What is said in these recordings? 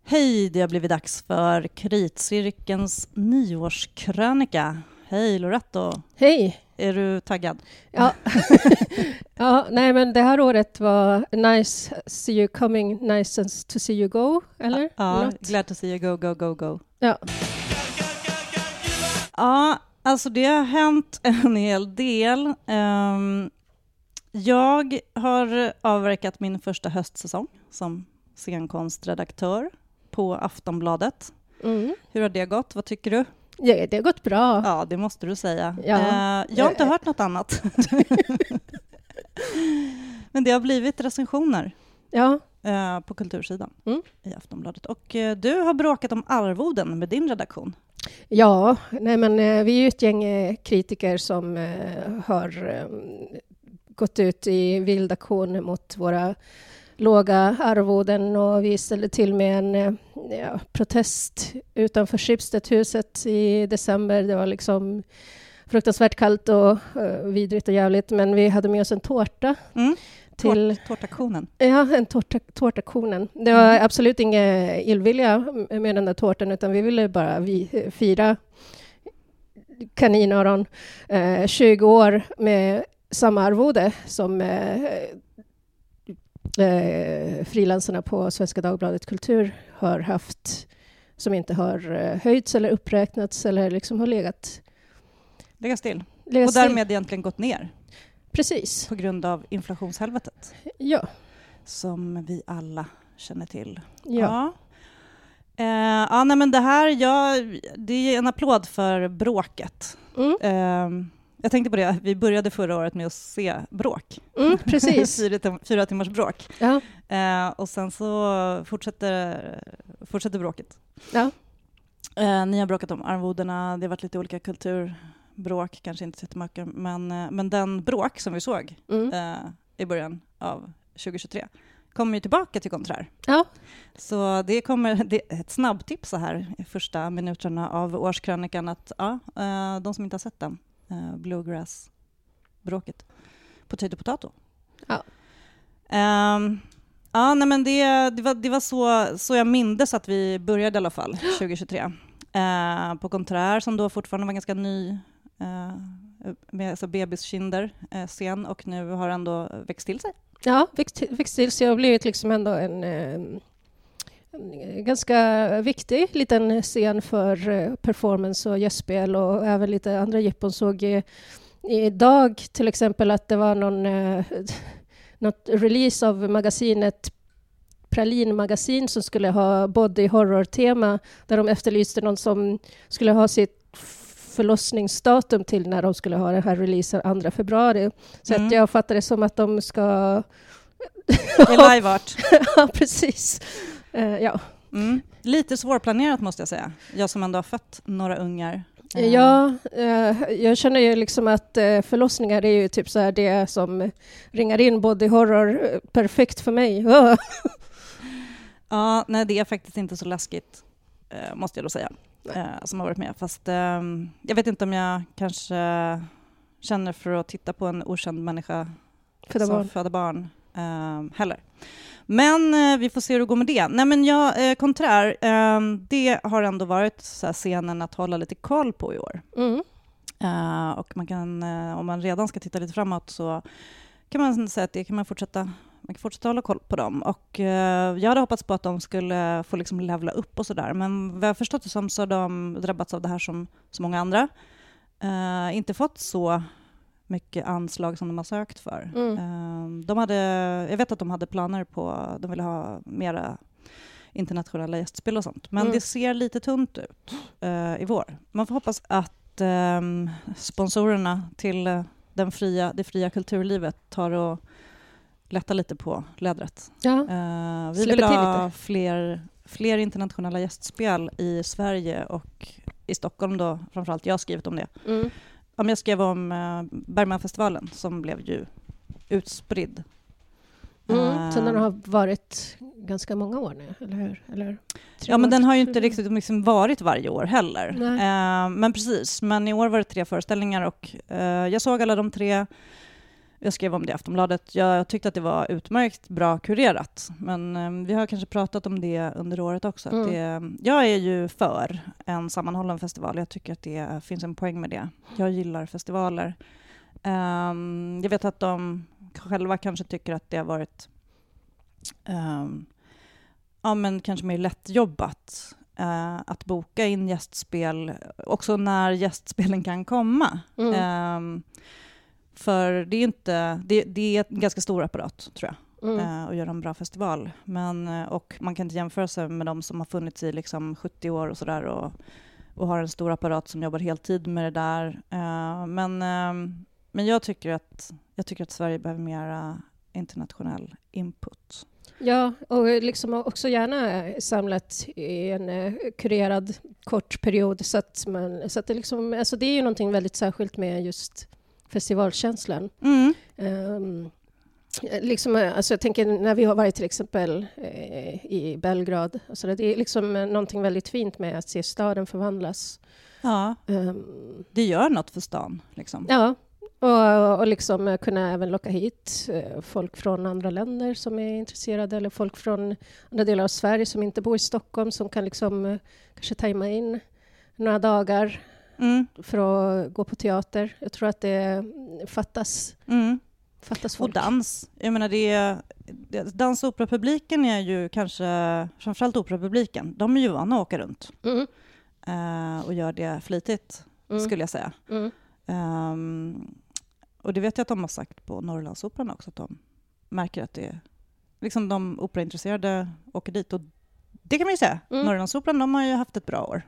Hej, det har blivit dags för Kritcirkelns nyårskrönika. Hej Loretto. Hej. Är du taggad? Ja. Ja, nej men det här året var nice see you coming, nice to see you go, eller? Ja, glad to see you go, go, go, go. Ja. Ja, alltså det har hänt en hel del. Jag har avverkat min första höstsäsong som scenkonstredaktör på Aftonbladet. Mm. Hur har det gått? Vad tycker du? Ja, det har gått bra. Ja, det måste du säga. Ja. Jag har inte hört något annat. Men det har blivit recensioner Ja. på kultursidan i Aftonbladet. Och du har bråkat om arvoden med din redaktion. Ja, nej men vi är ett gäng kritiker som har gått ut i vild aktion mot våra låga arvoden, och vi ställde till med en protest utanför Schibsted-huset i december. Det var liksom fruktansvärt kallt och vidrigt och jävligt, men vi hade med oss en tårta. Till tårtaktionen. Ja, en tårtaktionen. Det var absolut inga illvilja med den där tårtan, utan vi ville bara fira kaninöron 20 år med samma arvode som frilansarna på Svenska Dagbladet Kultur har haft, som inte har höjts eller uppräknats eller liksom har legat still. Och därmed egentligen gått ner. Precis. På grund av inflationshelvetet. Ja. Som vi alla känner till. Ja. Nej, men det här, det är en applåd för bråket. Jag tänkte på det, vi började förra året med att se bråk. Precis. 4 timmars bråk. Ja. Och sen så fortsätter bråket. Ja. Ni har bråkat om arvodena, det har varit lite olika kulturbråk, kanske inte så jättemycket, men den bråk som vi såg i början av 2023 kommer ju tillbaka till konträr. Ja. Så det är ett snabbtips så här i första minuterna av årskrönikan att de som inte har sett den, Bluegrass-bråket, potato. Ja. Nej, men det var så jag mindes att vi började i alla fall 2023. På konträr som då fortfarande var ganska ny med alltså bebiskinder scen, och nu har ändå växt till sig. Ja, växt till sig och blivit liksom ändå en ganska viktig liten scen för performance och gästspel och även lite andra jippon. Såg idag till exempel att det var något release av magasinet Pralin magasin som skulle ha body horror-tema, där de efterlyste någon som skulle ha sitt förlossningsdatum till när de skulle ha den här releasen 2 februari. Så att jag fattar det som att de ska... Det är live art. Ja, precis. Ja. Lite svårplanerat måste jag säga. Jag som ändå har fött några ungar. Ja, jag känner ju liksom att förlossningar är ju typ så här det som ringar in body horror perfekt för mig. Ja, nej, det är faktiskt inte så läskigt, måste jag då säga, som har varit med. Fast jag vet inte om jag kanske känner för att titta på en okänd människa föder barn heller. Men vi får se hur det går med det. Nej, men konträr, det har ändå varit så här scenen att hålla lite koll på i år. Och man kan, om man redan ska titta lite framåt, så kan man säga att det kan man fortsätta hålla koll på dem. Och jag hade hoppats på att de skulle få liksom levla upp och sådär. Men vad jag förstått det som så har de drabbats av det här som så många andra. Inte fått så mycket anslag som de har sökt för. Jag vet att de hade planer på, de ville ha mera internationella gästspel och sånt. Men det ser lite tunt ut i vår. Man får hoppas att sponsorerna till det fria kulturlivet tar och lätta lite på lädret. Ja. Vi vill ha fler internationella gästspel i Sverige och i Stockholm då, framförallt. Jag har skrivit om det. Jag skrev om Bergmanfestivalen som blev ju utspridd. Så den har varit ganska många år nu, eller hur? Men den har ju inte riktigt liksom varit varje år heller. Men precis. Men i år var det 3 föreställningar och jag såg alla de 3. Jag skrev om det i Aftonbladet. Jag tyckte att det var utmärkt bra kurerat. Men vi har kanske pratat om det under året också. Att jag är ju för en sammanhållen festival. Jag tycker att det finns en poäng med det. Jag gillar festivaler. Jag vet att de själva kanske tycker att det har varit men kanske mer lättjobbat att boka in gästspel också när gästspelen kan komma. För det är inte det är en ganska stor apparat, tror jag, att göra en bra festival. Och man kan inte jämföra sig med de som har funnits i liksom 70 år och sådär och har en stor apparat som jobbar heltid med det där. Men jag tycker att Sverige behöver mera internationell input. Ja, och liksom också gärna samlat i en kurerad kort period så att det liksom, alltså det är ju någonting väldigt särskilt med just festivalkänslan. Liksom, alltså jag tänker när vi har varit till exempel i Belgrad, alltså det är liksom någonting väldigt fint med att se staden förvandlas. Ja, det gör något för stan liksom. Ja. Och liksom kunna även locka hit folk från andra länder som är intresserade eller folk från andra delar av Sverige som inte bor i Stockholm som kan liksom kanske tajma in några dagar för att gå på teater. Jag tror att det fattas folk. Och dans. Jag menar dans- och operapubliken är ju kanske, framförallt operapubliken, de är ju vana att åka runt och gör det flitigt, skulle jag säga. Och det vet jag att de har sagt på Norrlandsoperan också, att de märker att det är liksom de operaintresserade åker dit. Och det kan man ju säga. Norrlandsoperan, de har ju haft ett bra år.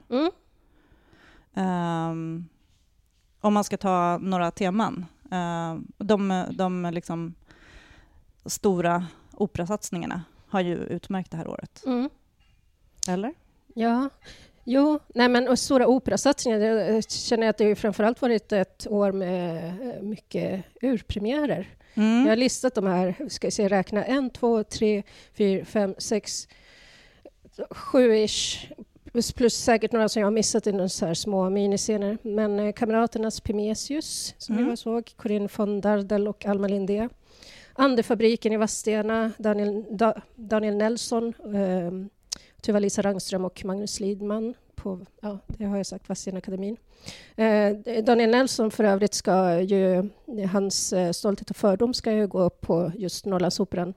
Om man ska ta några teman. De liksom stora operasatsningarna har ju utmärkt det här året. Eller? Ja. Jo, nej men och stora operasatsningar, jag känner att det har framförallt varit ett år med mycket urpremiärer. Jag har listat de här, ska jag se, räkna 1, 2, 3, 4, 5, 6, 7-ish, plus säkert några som jag har missat i några så här små miniscener. Men Kamraternas Pimesius, som jag såg, Corinne von Dardel och Alma Lindé. Andefabriken i Vadstena, Daniel Nelson, Tuva-Lisa Rangström och Magnus Lidman på, det har jag sagt, Vadstena-akademin. Daniel Nelson för övrigt ska ju, hans Stolthet och fördom ska ju gå på just Norrlandsoperan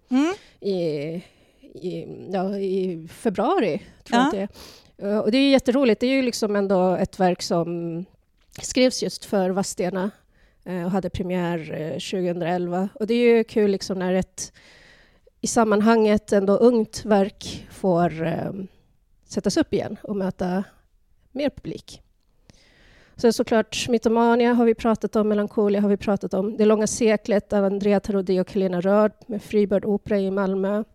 i februari, tror jag det är. Och det är ju jätteroligt. Det är ju liksom ändå ett verk som skrevs just för Vadstena och hade premiär 2011. Och det är ju kul liksom när ett i sammanhanget ändå ungt verk får sättas upp igen och möta mer publik. Sen såklart Mytomania har vi pratat om, Melancholia har vi pratat om. Det långa seklet av Andrea Tarodi och Helena Rörd med Freebird Opera i Malmö.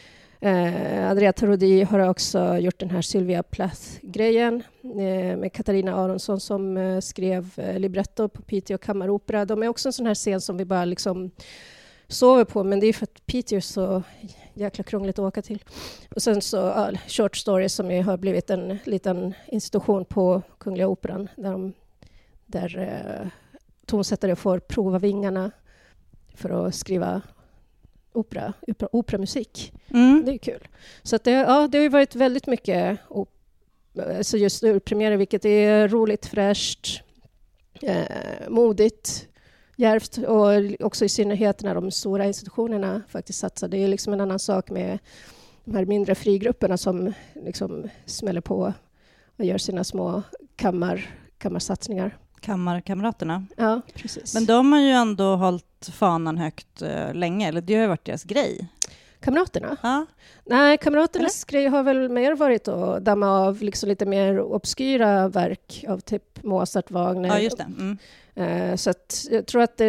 Andrea Tarodi har också gjort den här Sylvia Plath-grejen med Katarina Aronsson som skrev libretto på Piteå kammaropera. De är också en sån här scen som vi bara liksom sover på, men det är för att Piteå är så jäkla krångligt att åka till. Och sen så Short Stories som har blivit en liten institution på Kungliga Operan där tonsättare får prova vingarna för att skriva operamusik. Det är kul. Så att det har ju varit väldigt mycket så just premiärer, vilket är roligt, fräscht, modigt, djärvt, och också i synnerhet när de stora institutionerna faktiskt satsar. Det är liksom en annan sak med de här mindre frigrupperna som liksom smäller på och gör sina små kammarsatsningar. Kammarkamraterna. Ja, precis. Men de har ju ändå hållit fanan högt länge, eller det har ju varit deras grej. Kamraterna? Ja. Nej, Kamraternas grej har väl mer varit att damma av liksom lite mer obskyra verk av typ Mozart, Wagner. Ja, just det. Så att jag tror att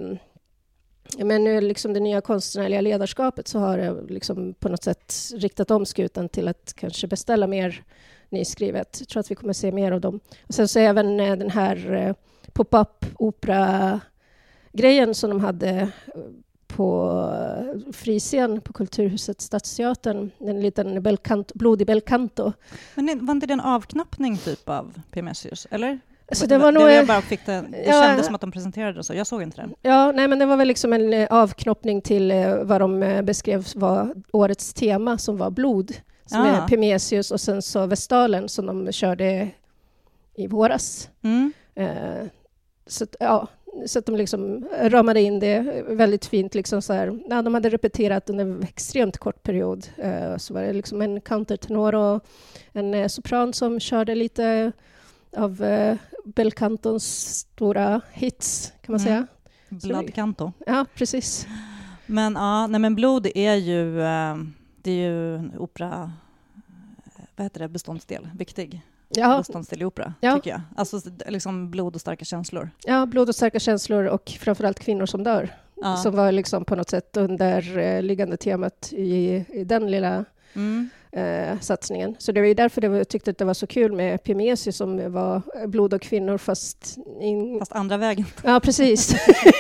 men nu liksom det nya konstnärliga ledarskapet så har det liksom på något sätt riktat om skutan till att kanske beställa mer nyskrivet. Jag tror att vi kommer se mer av dem. Och sen så även den här pop-up opera-grejen som de hade på friscen på Kulturhuset Stadsteatern, en liten blodig bel canto. Men var inte det en avknappning typ av Pimesius, eller? Så det var nog... Jag bara fick det kändes som att de presenterade det så. Jag såg inte den. Ja, nej, men det var väl liksom en avknoppning till vad de beskrev var årets tema, som var blod. Som är Pimesius och sen så Vestalen som de körde i våras. Så att de liksom ramade in det väldigt fint. Liksom så här. Ja, de hade repeterat under en extremt kort period. Så var det liksom en countertenor och en sopran som körde lite av Belcantons stora hits, kan man säga. Blood Canto. Ja, precis. Men blod är ju, det är ju en opera, vad heter det, beståndsdel, viktig. Ja. Beståndsdel i opera, tycker jag. Alltså liksom blod och starka känslor. Ja, blod och starka känslor och framförallt kvinnor som dör. Som var liksom på något sätt underliggande temat i den lilla satsningen. Så det var ju därför jag tyckte att det var så kul med Pimesius som var blod och kvinnor fast andra vägen. Ja, precis.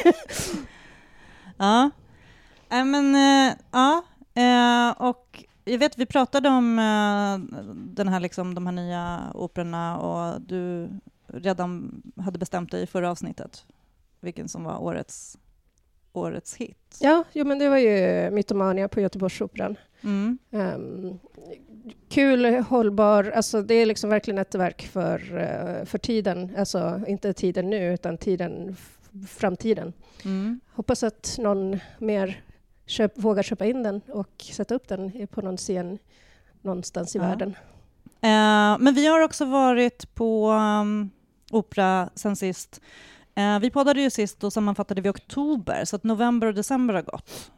Och jag vet, vi pratade om den här, liksom, de här nya operorna och du redan hade bestämt dig i förra avsnittet vilken som var årets hit. Ja, men det var ju Mytomania på Göteborgsoperan. Kul, hållbar, alltså det är liksom verkligen ett verk för tiden, alltså inte tiden nu utan framtiden. Hoppas att någon mer vågar köpa in den och sätta upp den på någon scen någonstans i världen. Men vi har också varit på opera sen sist. Vi poddade ju sist och sammanfattade vi oktober, så att november och december har gått.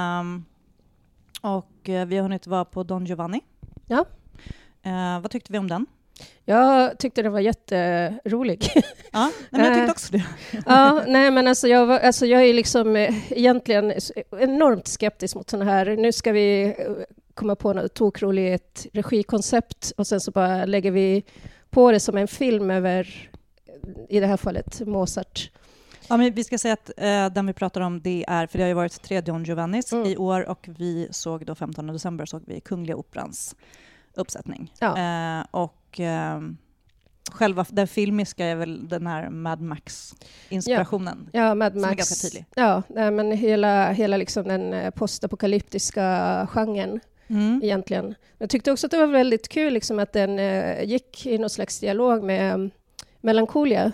Och vi har hunnit vara på Don Giovanni. Ja. Vad tyckte vi om den? Jag tyckte den var jätterolig. Ja, men jag tyckte också det. Ja, nej, men alltså jag är liksom egentligen enormt skeptisk mot såna här. Nu ska vi komma på något tokroligt regikoncept och sen så bara lägger vi på det som en film över, i det här fallet, Mozart. Ja, men vi ska säga att den vi pratar om, det är, för det har ju varit 3 Don Giovannis i år och vi såg då 15 december såg vi Kungliga Operans uppsättning. Ja. Och själva den filmiska är väl den här Mad Max-inspirationen. Ja, Mad Max. Som är ganska tydlig. Ja, men hela liksom den postapokalyptiska genren egentligen. Jag tyckte också att det var väldigt kul liksom, att den gick i någon slags dialog med Melancholia.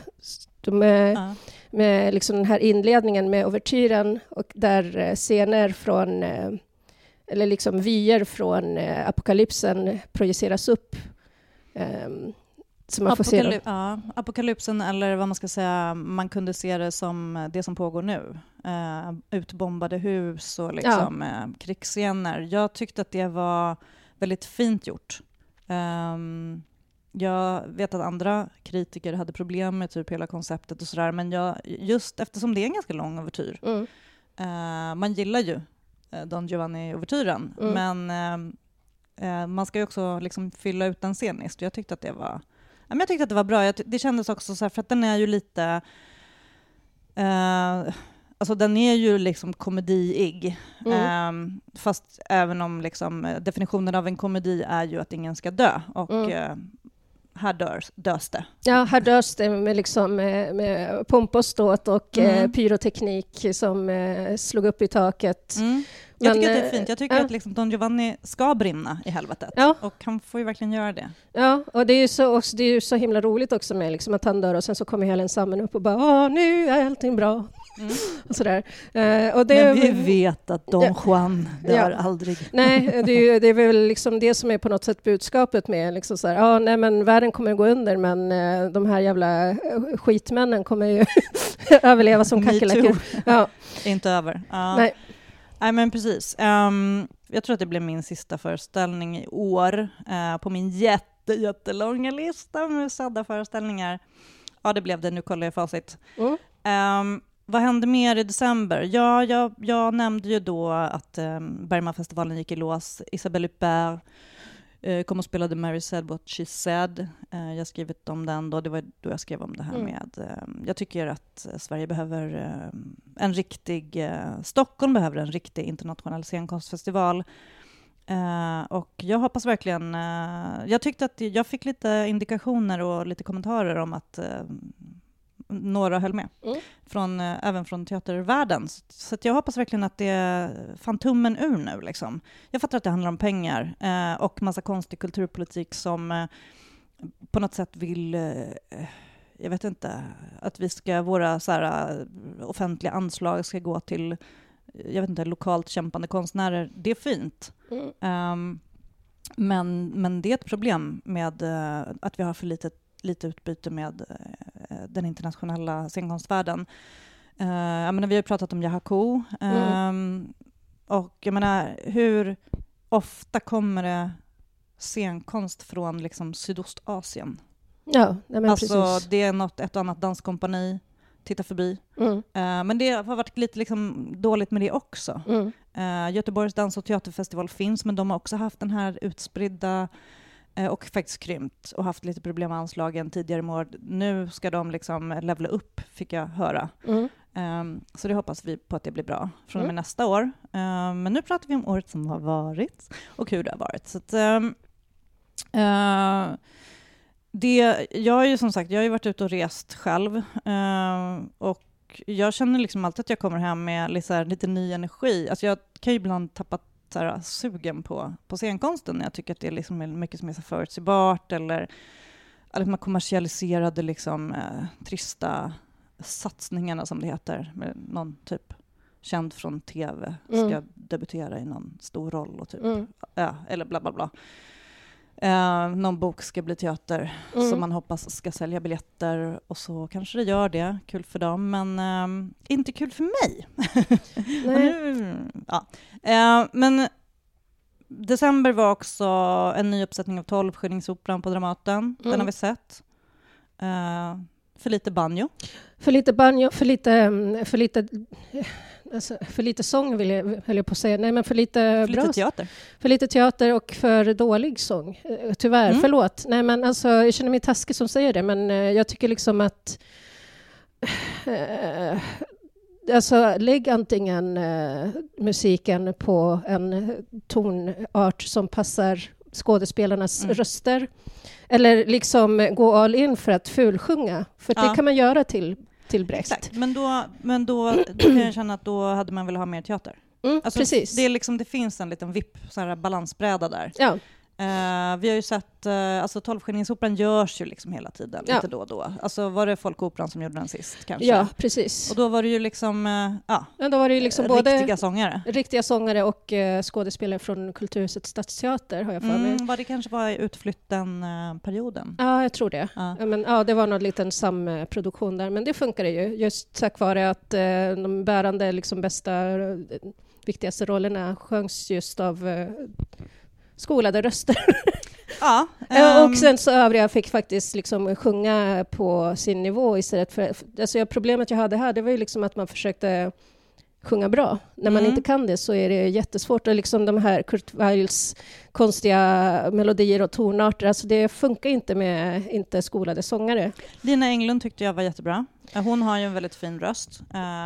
Med liksom den här inledningen med ouvertyren och där scener från eller liksom vyer från apokalypsen projiceras upp. Så man får se apokalypsen, eller vad man ska säga, man kunde se det som det som pågår nu. Utbombade hus och liksom, krigsscener. Jag tyckte att det var väldigt fint gjort. Jag vet att andra kritiker hade problem med typ hela konceptet och sådär, men just eftersom det är en ganska lång ouvertyr. Man gillar ju Don Giovanni-ouvertyren, men man ska ju också liksom fylla ut den sceniskt. Jag tyckte att det var bra. Det kändes också så här, för att den är ju lite alltså den är ju liksom komediig. Fast även om liksom definitionen av en komedi är ju att ingen ska dö och här dös det. Ja, här dös det med pomp och ståt och pyroteknik som slog upp i taket. Jag tycker att det är fint. Jag tycker att liksom Don Giovanni ska brinna i helvetet. Ja. Och han får ju verkligen göra det. Ja, och det är ju så himla roligt också med liksom att han dör och sen så kommer hela ensemblen upp och bara nu är allting bra. Och sådär. Och men vi vet att Don Juan dör aldrig. Nej, det är väl liksom det som är på något sätt budskapet med liksom så här, nej men världen kommer att gå under, men de här jävla skitmännen kommer ju överleva som kackerlackor. Ja. Inte över. Nej. Nej, men precis. Jag tror att det blev min sista föreställning i år på min jättelånga lista med sedda föreställningar. Ja, det blev det. Nu kollar jag facit. Vad hände mer i december? Ja, jag nämnde ju då att Bergmanfestivalen gick i lås. Isabelle Huppert kom och spelade Mary Said What She Said. Jag har skrivit om den då. Det var då jag skrev om det här med... jag tycker att Sverige behöver en riktig... Stockholm behöver en riktig internationell scenkonstfestival. Och jag hoppas verkligen... jag tyckte att jag fick lite indikationer och lite kommentarer om att några höll med. Även från teatervärlden. Så att jag hoppas verkligen att det fan tummen ur nu. Liksom. Jag fattar att det handlar om pengar och massa konstig kulturpolitik som på något sätt vill... jag vet inte, att våra så här, offentliga anslag ska gå till lokalt kämpande konstnärer. Det är fint. Men det är ett problem med att vi har för lite utbyte med den internationella scenkonstvärlden. Jag menar, vi har pratat om Yahako. Och jag menar, hur ofta kommer det scenkonst från liksom Sydostasien? Ja, men alltså precis. Det är ett annat danskompani titta förbi. Men det har varit lite liksom dåligt med det också. Göteborgs dans- och teaterfestival finns, men de har också haft den här utspridda och faktiskt krympt och haft lite problem med anslagen tidigare i år. Nu ska de liksom levla upp, fick jag höra. Så det hoppas vi på att det blir bra från och med nästa år. Men nu pratar vi om året som har varit och hur det har varit. Så att, jag har ju som sagt, jag har ju varit ute och rest själv och jag känner liksom alltid att jag kommer hem med lite ny energi. Alltså jag kan ju ibland tappa sugen på scenkonsten när jag tycker att det är liksom mycket som är så förutsägbart eller att man kommersialiserade liksom trista satsningarna som det heter, med någon typ känd från tv ska debutera i någon stor roll och typ eller bla bla bla. Någon bok ska bli teater som man hoppas ska sälja biljetter och så kanske det gör det, kul för dem, men inte kul för mig. Men december var också en ny uppsättning av 12-skillingsoperan på Dramaten. Den har vi sett. För lite banjo. För lite sång höll jag på att säga. Nej, men för lite teater. För lite teater och för dålig sång. Tyvärr, förlåt. Nej, men alltså, jag känner mig taskig som säger det, men jag tycker liksom att alltså, lägg antingen musiken på en tonart som passar skådespelarnas röster, eller liksom gå all in för att fulsjunga. För det kan man göra till Brecht. Exakt. Men då kan jag känna att då hade man velat ha mer teater. Alltså, precis. Det är liksom, det finns en liten så här balansbräda där. Ja. Vi har ju sett, alltså 12-skillingsoperan görs ju liksom hela tiden, lite då och då. Alltså var det Folkoperan som gjorde den sist kanske? Ja, precis. Och då var det ju liksom, då var det ju liksom riktiga sångare. Riktiga sångare och skådespelare från Kulturhuset Stadsteater, har jag för mig. Vad det kanske var i utflytten-perioden. Ja, jag tror det. Men, det var någon liten samproduktion där, men det funkar ju just tack vare att de bärande, liksom bästa, viktigaste rollerna sjöngs just av skolade röster. Och sen så övriga fick faktiskt liksom sjunga på sin nivå istället för... Alltså problemet jag hade här, det var ju liksom att man försökte sjunga bra. När man inte kan det så är det jättesvårt. Och liksom de här Kurt Weils konstiga melodier och tonarter, alltså det funkar inte med inte skolade sångare. Lina Englund tyckte jag var jättebra. Hon har ju en väldigt fin röst.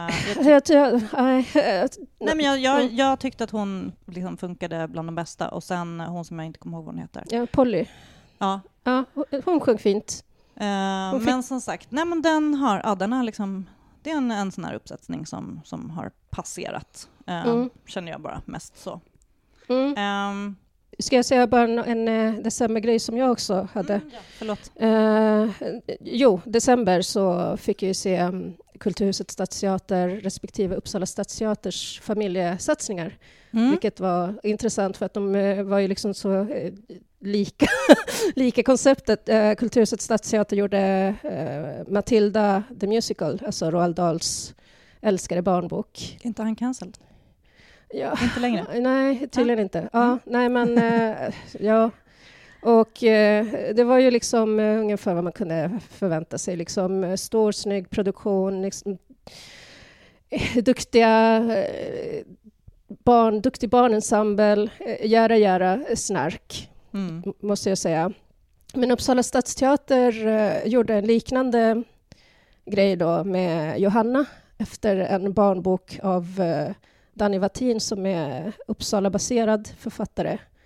Jag tyckte att hon liksom funkade bland de bästa. Och sen hon som jag inte kommer ihåg vad hon heter. Ja, Polly. Ja, hon sjöng fint. Men som sagt, den har liksom... Det är en sån här uppsättning som har passerat. Känner jag bara mest så. Ska jag säga bara en decembergrej som jag också hade? Förlåt. December så fick jag se Kulturhuset Stadsteater respektive Uppsala Stadsteaters familjesatsningar. Vilket var intressant för att de var ju liksom så lika konceptet. Kulturhuset Stadsteater gjorde Matilda the Musical, alltså Roald Dahls älskade barnbok. Inte han cancelled? Ja. Inte längre? Nej, tydligen inte. Nej, men ja. Och det var ju liksom ungefär vad man kunde förvänta sig. Liksom stor, snygg produktion, liksom, duktig barnensemble, jära snark, måste jag säga. Men Uppsala Stadsteater gjorde en liknande grej då med Johanna efter en barnbok av Danny Wattin som är Uppsala-baserad författare.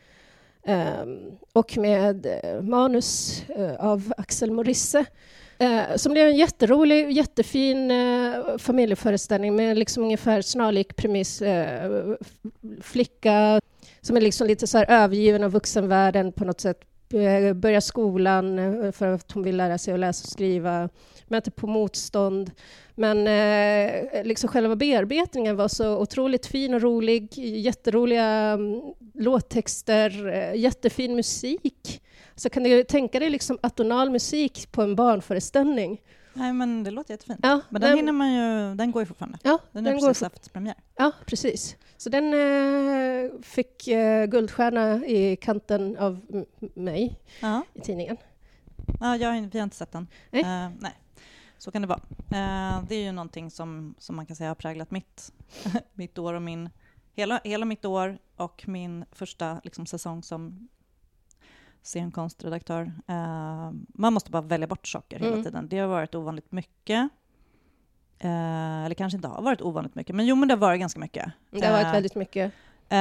Och med manus av Axel Morisse. Som blev en jätterolig, jättefin familjeföreställning med liksom ungefär snarlik premiss. Flicka som är liksom lite så här övergiven av vuxenvärlden på något sätt. Börjar skolan för att hon vill lära sig att läsa och skriva. Möter på motstånd. Men liksom själva bearbetningen var så otroligt fin och rolig. Jätteroliga låttexter, jättefin musik. Så kan du tänka dig liksom atonal musik på en barnföreställning. Nej, men det låter jättefint. Ja, men den hinner man ju, den går ju fortfarande. Ja, den har precis haft premiär. Ja, precis. Så den fick guldstjärna i kanten av mig i tidningen. Ja, vi har inte sett den. Nej. Så kan det vara. Det är ju någonting som man kan säga har präglat mitt år och hela mitt år och min första liksom, säsong som scenkonstredaktör. Man måste bara välja bort saker hela tiden. Det har varit ovanligt mycket. Eller kanske inte har varit ovanligt mycket. Men det har varit ganska mycket. Det har varit väldigt mycket.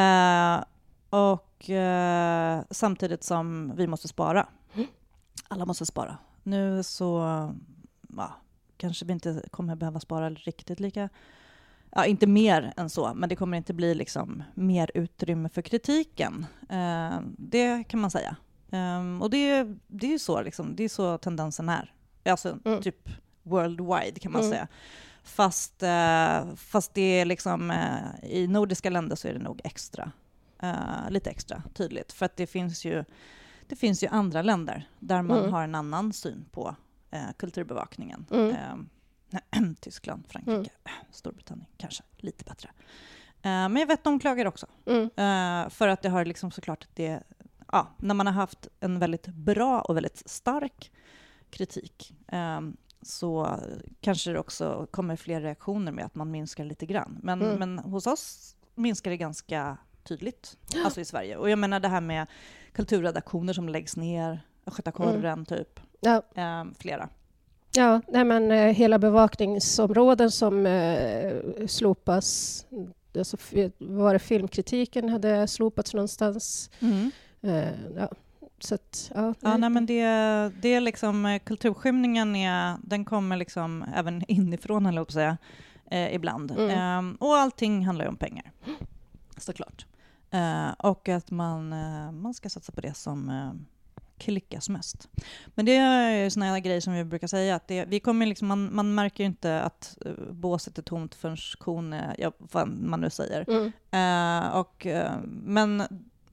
Och samtidigt som vi måste spara. Alla måste spara. Nu så kanske vi inte kommer behöva spara riktigt lika. Ja, inte mer än så. Men det kommer inte bli liksom mer utrymme för kritiken. Det kan man säga. Och det är ju så liksom, det är så tendensen är. Alltså typ worldwide kan man säga. Fast det är liksom i nordiska länder så är det nog lite extra tydligt. För att det finns ju andra länder där man har en annan syn på kulturbevakningen. Tyskland, Frankrike, Storbritannien kanske lite bättre. Men jag vet de klagar också. För att det har liksom såklart när man har haft en väldigt bra och väldigt stark kritik så kanske det också kommer fler reaktioner med att man minskar lite grann. Men hos oss minskar det ganska tydligt, alltså i Sverige. Och jag menar det här med kulturredaktioner som läggs ner, Skötakorren typ, flera. Ja, nej men hela bevakningsområden som slopas, alltså, var det filmkritiken hade slopats någonstans. Så att, nej men det är liksom kulturskymningen den kommer liksom även inifrån, eller på att säga, ibland. Och allting handlar ju om pengar. Såklart. Och att man ska satsa på det som klickas mest. Men det är såna här grejer som vi brukar säga att vi kommer liksom, man märker ju inte att båset är tomt förrän kon är, vad man nu säger. Men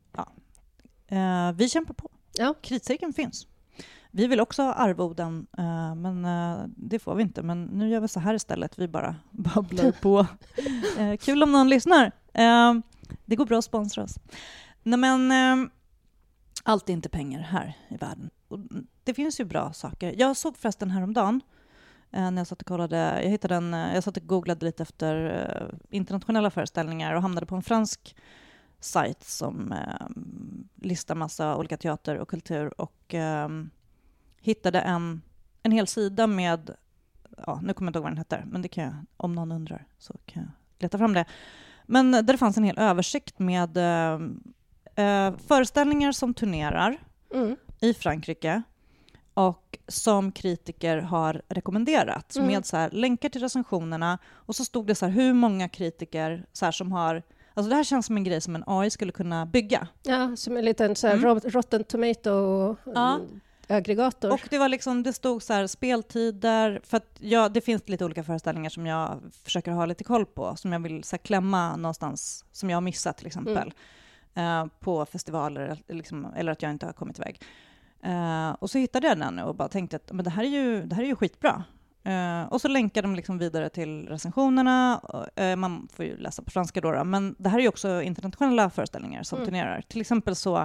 vi kämpar på. Ja. Kritcirkeln finns. Vi vill också ha arvoden, men det får vi inte. Men nu gör vi så här istället. Vi bara babblar på. Kul om någon lyssnar. Det går bra att sponsra oss. Nej, men allt är inte pengar här i världen. Och det finns ju bra saker. Jag såg förresten häromdagen när jag satt och kollade. Jag satt och googlade lite efter internationella föreställningar och hamnade på en fransk sajt som listar massa olika teater och kultur och hittade en hel sida med, nu kommer jag inte ihåg vad den heter, men det kan jag, om någon undrar så kan jag leta fram det. Men där det fanns en hel översikt med föreställningar som turnerar i Frankrike och som kritiker har rekommenderat med så här, länkar till recensionerna, och så stod det så här hur många kritiker så här, som har. Alltså det här känns som en grej som en AI skulle kunna bygga. Ja, som en liten så här Rotten Tomato-aggregator. Och det var liksom, det stod så här speltider, för att det finns lite olika föreställningar som jag försöker ha lite koll på, som jag vill så här, klämma någonstans, som jag har missat till exempel på festivaler liksom, eller att jag inte har kommit iväg. Och så hittade jag den och bara tänkte att men det här är ju skitbra. Och så länkar de liksom vidare till recensionerna. Man får ju läsa på franska då, men det här är ju också internationella föreställningar som turnerar. Till exempel så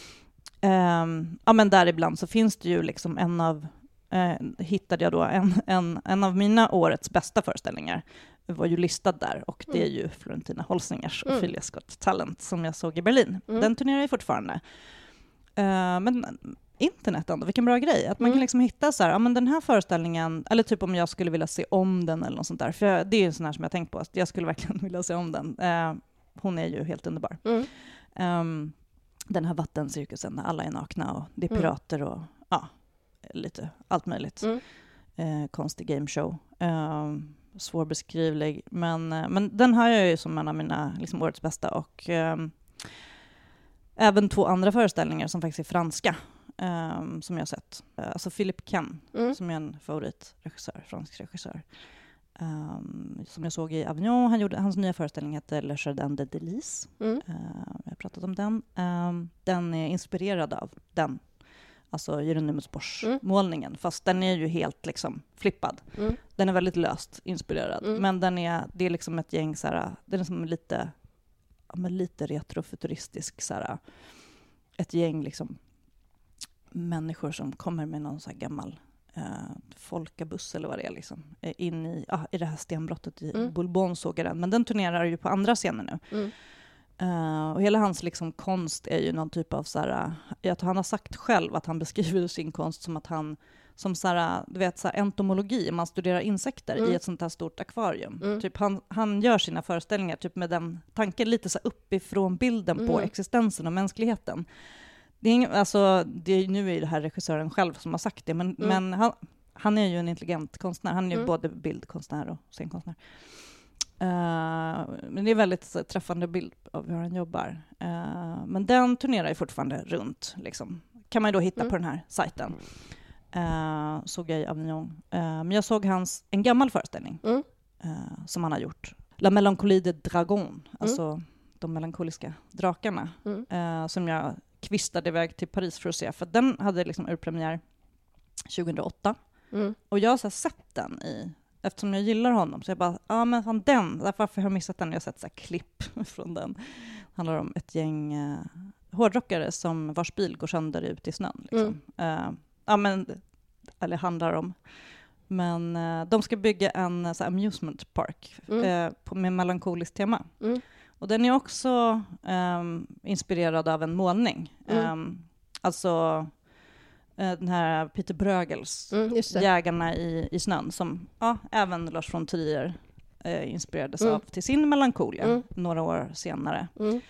men där ibland så finns det ju liksom hittade jag då en av mina årets bästa föreställningar var ju listad där, och det är ju Florentina Holsingers Ophelia's Got Talent som jag såg i Berlin. Den turnerar ju fortfarande. Men internet ändå, vilken bra grej. Att man kan liksom hitta så här, men den här föreställningen, eller typ om jag skulle vilja se om den eller något sånt där. För det är ju en sån här som jag tänkt på, att jag skulle verkligen vilja se om den. Hon är ju helt underbar. den här vattencirkusen där alla är nakna och det är pirater och lite allt möjligt. Konstig gameshow. Svårbeskrivlig. Men den har jag ju som en av mina liksom, årets bästa. Och även 2 andra föreställningar som faktiskt är franska. Som jag har sett. Alltså Philippe Ken, som är en favoritregissör, fransk regissör. Som jag såg i Avignon. Hans nya föreställning heter Le Jardin de Délices. Jag har pratat om den. Den är inspirerad av den. Alltså Hieronymus Bosch-målningen. Fast den är ju helt liksom flippad. Den är väldigt löst inspirerad. Men det är liksom ett gäng såhär, den är som lite retrofuturistisk såhär, ett gäng liksom människor som kommer med någon så här gammal folkabuss eller vad det är liksom, in i det här stenbrottet i Bourbonsågaren. Men den turnerar ju på andra scener nu. Och hela hans liksom konst är ju någon typ av så här, han har sagt själv att han beskriver sin konst som att han som så här, du vet så här, entomologi, man studerar insekter i ett sånt här stort akvarium. Typ han gör sina föreställningar typ med den tanken lite så uppifrån bilden på existensen och mänskligheten. Det är nu är det här regissören själv som har sagt det, men han är ju en intelligent konstnär. Han är ju både bildkonstnär och scenkonstnär. Men det är väldigt träffande bild av hur han jobbar. Men den turnerar ju fortfarande runt. Liksom. Kan man ju då hitta på den här sajten. Såg jag i Avignon. Men jag såg en gammal föreställning som han har gjort. La Mélancolie de Dragon. Alltså de melankoliska drakarna. Som jag kvistade iväg till Paris för att se. För den hade liksom urpremiär 2008. Och jag har så sett den eftersom jag gillar honom. Så jag bara, men fan den. Varför har jag missat den? Jag har sett så här klipp från den. Det handlar om ett gäng hårdrockare vars bil går sönder ut i snön. Liksom. Eller handlar om. Men de ska bygga en så här, amusement park med melankoliskt tema. Och den är också inspirerad av en målning. Alltså den här Peter Bruegels Jägarna i snön som även Lars von Trier inspirerades av till sin melankolia några år senare.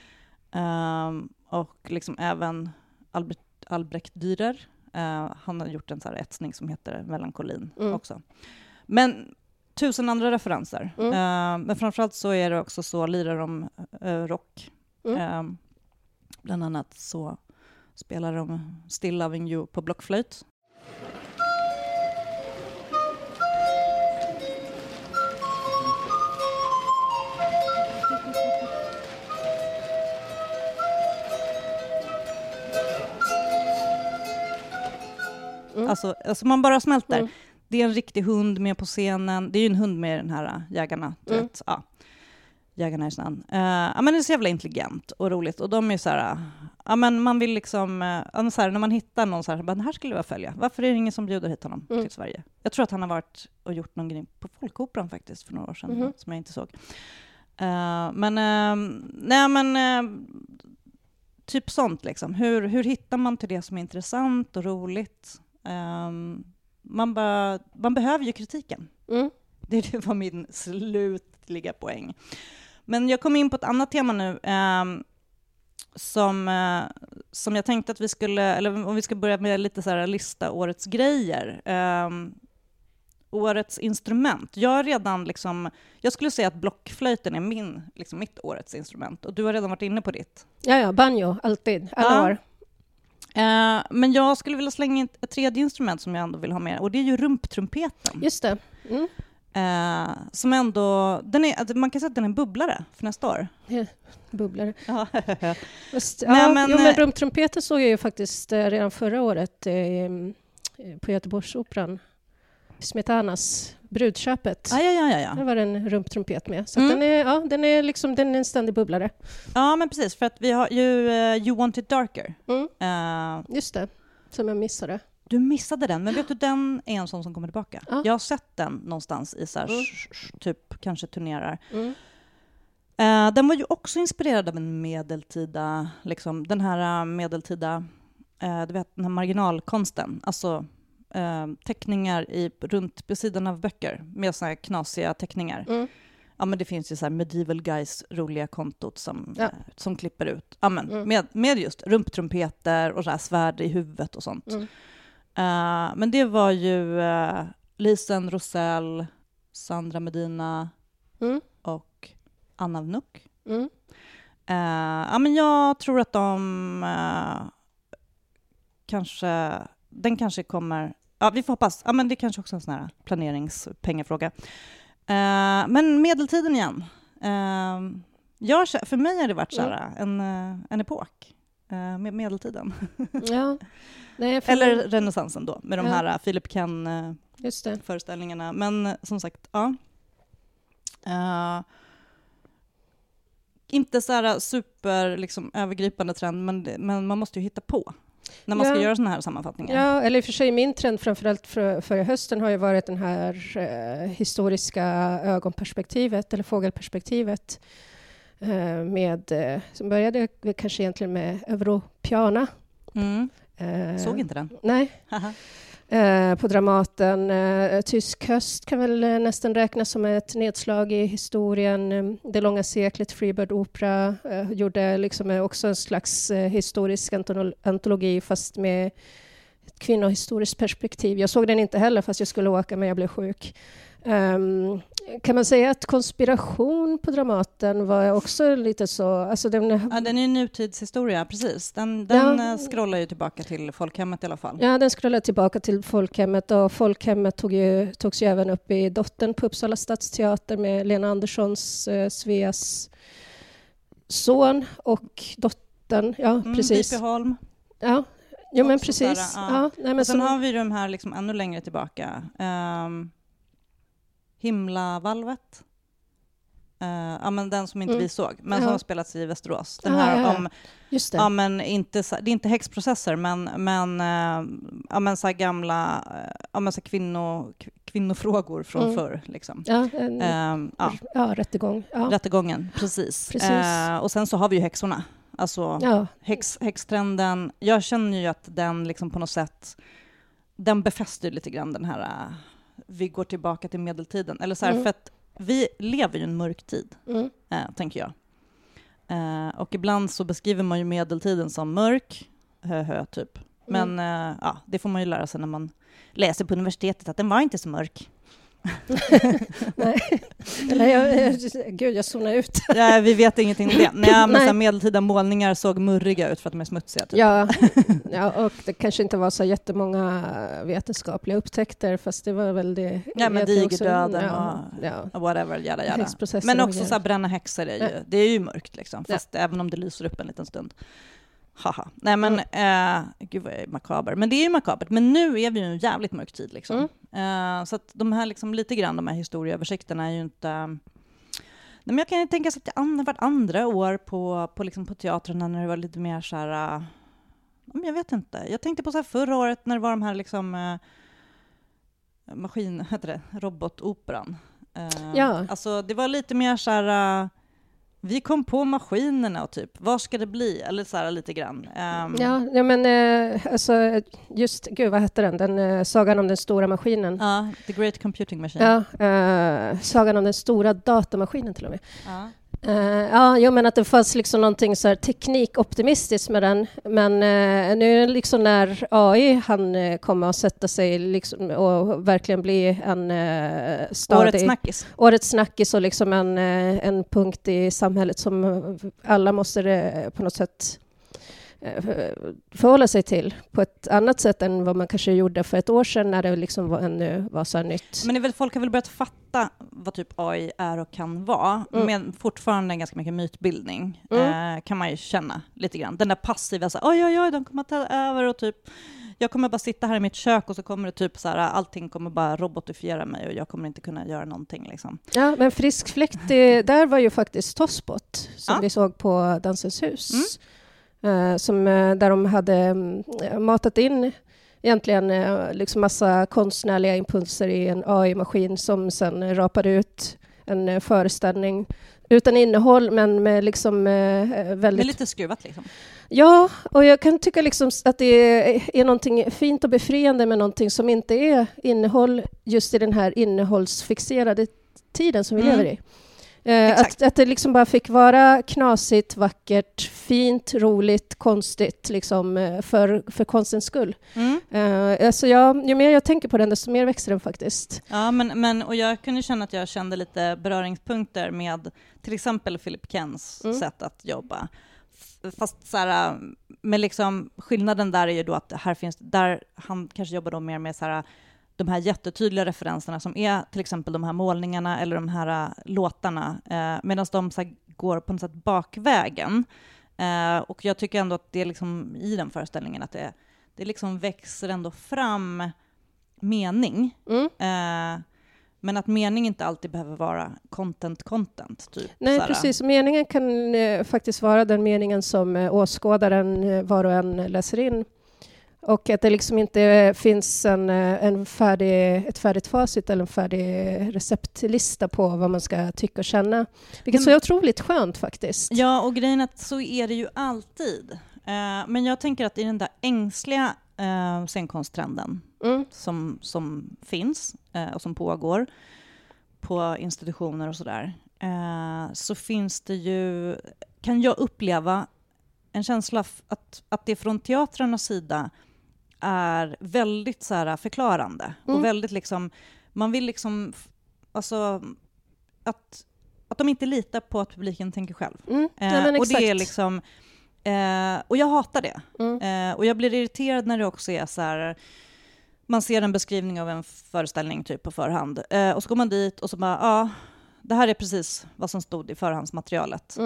Och liksom även Albrecht Dürer. Han har gjort en så här etsning som heter Melankolin också. Men 1000 andra referenser. Men framförallt så är det också så lirar de rock. Bland annat så spelar de Still Loving You på blockflöjt. Alltså man bara smälter. Det är en riktig hund med på scenen. Det är ju en hund med den här jägarna. Vet. Ja. Jägarna i snön. Men det är så jävla intelligent och roligt. Och de är så här... men man vill liksom... så här, när man hittar någon så här... Den här skulle jag följa. Varför är det ingen som bjuder hit honom till Sverige? Jag tror att han har varit och gjort någon grej på Folkoperan faktiskt för några år sedan. Som jag inte såg. Typ sånt liksom. Hur hittar man till det som är intressant och roligt? Man behöver ju kritiken. Det var min slutliga poäng. Men jag kom in på ett annat tema nu som jag tänkte att vi skulle, eller om vi ska börja med lite så här lista årets grejer. Årets instrument. Jag har redan liksom, jag skulle säga att blockflöjten är mitt årets instrument. Och du har redan varit inne på ditt. Ja, banjo, alltid, alla år. Men jag skulle vilja slänga in ett tredje instrument som jag ändå vill ha med. Och det är ju rumptrumpeten. Just det. Som ändå, man kan säga att den är en bubblare för nästa år. Ja, bubblare. Men rumptrumpeten såg jag ju faktiskt redan förra året på Göteborgsoperan. Smetanas brudköpet. Ja. Det var en rumptrumpet med. Så den är en ständig bubblare. Ja, men precis. För att vi har ju You Want It Darker. Just det, som jag missade. Du missade den, men vet du, den är en sån som kommer tillbaka. Jag har sett den någonstans i så här, typ kanske turnerar. Den var ju också inspirerad av en medeltida, liksom, den här medeltida, du vet, den här marginalkonsten. Alltså teckningar runt på sidan av böcker med så här knasiga teckningar. ja, men det finns ju så här Medieval Guys roliga kontot som klipper ut med just rumptrumpeter och så här svärd i huvudet och sånt. Men det var ju Lisen Rosell, Sandra Medina och Anna Vnuk. Ja, men jag tror att den kanske kommer... Ja, vi får hoppas. Ja, men det kanske också är en sån här planeringspengafråga. Men medeltiden igen. För mig har det varit så här, en epok med medeltiden. Ja. Nej, eller renässansen då, med de här Philip Ken-föreställningarna. Men som sagt, ja. Inte så här super liksom, övergripande trend, men man måste ju hitta på när man ska göra såna här sammanfattningar. Ja, eller i och för sig min trend framförallt för hösten har ju varit den här historiska ögonperspektivet eller fågelperspektivet som började kanske egentligen med Europeana. Såg inte den. Nej. På Dramaten. Tysk höst kan väl nästan räknas som ett nedslag i historien. Det långa seklet, Freebird Opera, gjorde liksom också en slags historisk antologi fast med ett kvinnohistoriskt perspektiv. Jag såg den inte heller fast jag skulle åka, men jag blev sjuk. Kan man säga att Konspiration på Dramaten var också lite så... Alltså den är nutidshistoria, precis. Den scrollar ju tillbaka till folkhemmet i alla fall. Ja, den scrollar tillbaka till folkhemmet, och folkhemmet togs ju även upp i Dottern på Uppsala stadsteater med Lena Anderssons, Sveas son och dottern. Ja, precis. Vipeholm. Ja, jo, men precis. Ja. Nej, men sen har vi de här liksom ännu längre tillbaka. Himlavalvet. Men den som inte vi såg, men som har spelats i Västerås. Den här om just det. Men inte det är inte häxprocesser, men så här gamla så kvinnofrågor från förr liksom. Rättegång. Ja. Rättegången, precis. Och sen så har vi ju häxorna. Alltså häxtrenden. Jag känner ju att den liksom på något sätt den befäster lite grann den här vi går tillbaka till medeltiden. Eller så här, för att vi lever ju en mörk tid, tänker jag. Och ibland så beskriver man ju medeltiden som mörk, typ. Men det får man ju lära sig när man läser på universitetet, att den var inte så mörk. Nej. Eller jag zonar ut. Ja, vi vet ingenting om det. Nej, men så medeltida målningar såg murriga ut för att de är smutsiga. Typ. Ja, och det kanske inte var så jättemånga vetenskapliga upptäckter, fast det var väl det. Ja, men digerdöden och whatever, jada. Men också så här, bränna häxor det är ju mörkt liksom, fast även om det lyser upp en liten stund. Haha. Nej, men gud vad jag är makaber. Men det är ju makabert. Men nu är vi ju en jävligt mörk tid liksom. Så att de här liksom lite grann, de här historieöversikterna är ju inte... Nej, men jag kan ju tänka så att det varit andra år på teatern när det var lite mer så här... jag vet inte. Jag tänkte på så här förra året när det var de här liksom... robotoperan. Alltså det var lite mer så här... Vi kom på maskinerna och typ, vad ska det bli? Eller så här lite grann. Alltså just, gud vad hette den sagan om den stora maskinen. Ja, The Great Computing Machine. Ja, sagan om den stora datamaskinen till och med. Men att det fanns liksom någonting så här teknikoptimistiskt med den. Men nu liksom när AI han kommer att sätta sig liksom, och verkligen bli en stadig... Årets snackis och liksom en punkt i samhället som alla måste på något sätt förhålla sig till på ett annat sätt än vad man kanske gjorde för ett år sedan när det liksom var så här nytt. Men folk har väl börjat fatta vad typ AI är och kan vara, men fortfarande ganska mycket mytbildning kan man ju känna lite grann. Den där passiva så oj, de kommer att ta över och typ jag kommer bara sitta här i mitt kök och så kommer det typ så här, allting kommer bara robotifiera mig och jag kommer inte kunna göra någonting liksom. Ja, men Frisk fläkt, där var ju faktiskt Tosspot som vi såg på Dansens hus. Där de hade matat in egentligen liksom massa konstnärliga impulser i en AI-maskin som sen rapade ut en föreställning utan innehåll, men med liksom väldigt... Med lite skruvat liksom. Ja, och jag kan tycka liksom att det är någonting fint och befriande med någonting som inte är innehåll just i den här innehållsfixerade tiden som vi lever i. Att det liksom bara fick vara knasigt, vackert, fint, roligt, konstigt liksom, för konstens skull. Alltså ju mer jag tänker på den, desto mer växer den faktiskt. Ja, men och jag kunde känna att jag kände lite beröringspunkter med till exempel Philip Kens sätt att jobba. Fast så här, med liksom, skillnaden där är ju då att här finns, där han kanske jobbar då mer med så här, de här jättetydliga referenserna som är till exempel de här målningarna eller de här låtarna, medan de så här, går på något sätt bakvägen. Och jag tycker ändå att det är liksom i den föreställningen att det liksom växer ändå fram mening. Men att mening inte alltid behöver vara content typ. Nej, såhär. Precis. Meningen kan faktiskt vara den meningen som åskådaren var och en läser in. Och att det liksom inte finns ett färdigt facit eller en färdig receptlista på vad man ska tycka och känna. Vilket så är otroligt skönt faktiskt. Ja, och grejen är att så är det ju alltid. Men jag tänker att i den där ängsliga scenkonsttrenden som finns och som pågår på institutioner och sådär, så finns det ju, kan jag uppleva en känsla att det från teatrarnas sida är väldigt så här förklarande och väldigt liksom, man vill liksom, alltså att de inte litar på att publiken tänker själv. Och det är liksom, och jag hatar det. Och jag blir irriterad när det också är så här, man ser en beskrivning av en föreställning typ på förhand, och så går man dit och så bara, det här är precis vad som stod i förhandsmaterialet.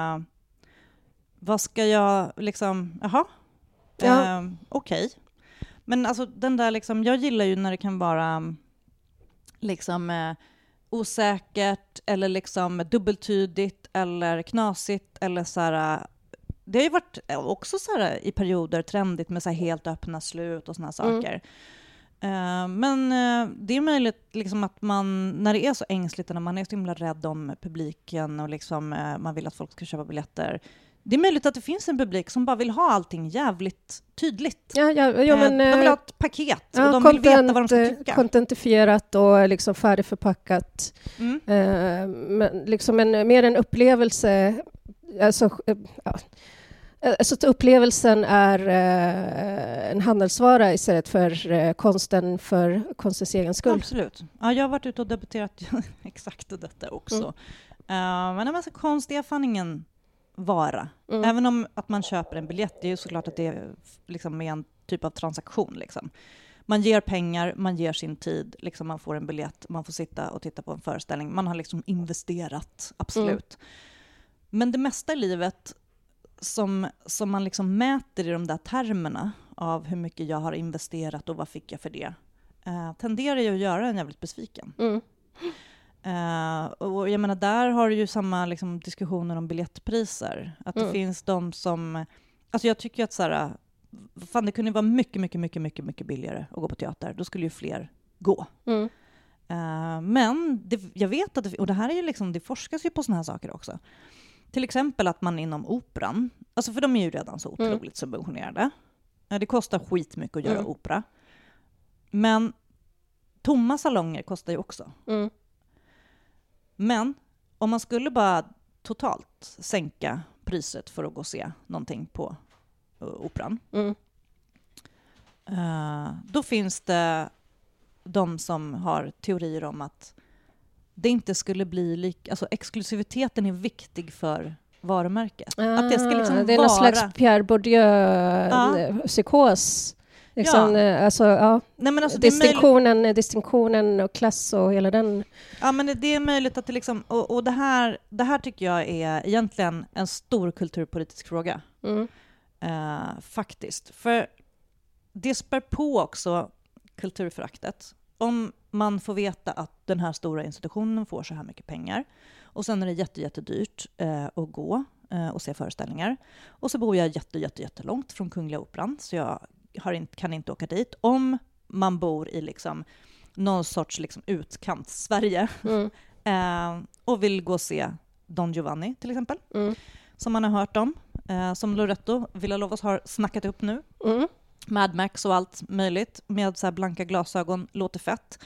Vad ska jag liksom, okej. Men alltså den där liksom, jag gillar ju när det kan vara liksom osäkert eller liksom dubbeltydigt eller knasigt eller så här. Det har ju varit också så här i perioder trendigt med så här helt öppna slut och såna saker. Men det är möjligt liksom att man, när det är så ängsligt och när man är så himla rädd om publiken och liksom man vill att folk ska köpa biljetter, det är möjligt att det finns en publik som bara vill ha allting jävligt tydligt. Men, de vill ha ett paket och de vill veta vad de ska tycka. Kontentifierat och liksom färdigförpackat. Men liksom mer en upplevelse. Alltså att upplevelsen är en handelsvara istället för konsten för konstens egen skull. Absolut. Ja, jag har varit ute och debatterat exakt detta också. Men alltså, konst är fan ingen vara. Även om att man köper en biljett, det är ju såklart att det är liksom en typ av transaktion. Liksom. Man ger pengar, man ger sin tid, liksom man får en biljett, man får sitta och titta på en föreställning. Man har liksom investerat, absolut. Men det mesta i livet som man liksom mäter i de där termerna av hur mycket jag har investerat och vad fick jag för det, tenderar ju att göra en jävligt besviken. Och jag menar, där har du ju samma liksom, diskussioner om biljettpriser. Att det finns de som, alltså jag tycker att så här, fan, det kunde vara mycket billigare att gå på teater. Då skulle ju fler gå. Men jag vet att och det här är ju liksom, det forskas ju på såna här saker också. Till exempel att man inom operan, alltså för de är ju redan så otroligt subventionerade. Det kostar skitmycket att göra opera. Men tomma salonger kostar ju också. Men om man skulle bara totalt sänka priset för att gå och se någonting på operan, då finns det de som har teorier om att det inte skulle bli alltså exklusiviteten är viktig för varumärket. Att det ska liksom det är någon slags Pierre Bourdieu-psykos. Liksom, alltså, Nej, men alltså, distinktionen och klass och hela den. Ja, men det är möjligt att det liksom, och det här tycker jag är egentligen en stor kulturpolitisk fråga. Faktiskt. För det spär på också kulturföraktet. Om man får veta att den här stora institutionen får så här mycket pengar och sen är det jättedyrt att gå och se föreställningar. Och så bor jag jättelångt från Kungliga Operan, så jag kan inte åka dit. Om man bor i liksom någon sorts liksom utkant-Sverige och vill gå och se Don Giovanni till exempel, som man har hört om, som Loretto Villalobos har snackat upp nu. Mad Max och allt möjligt med så här blanka glasögon, låter fett.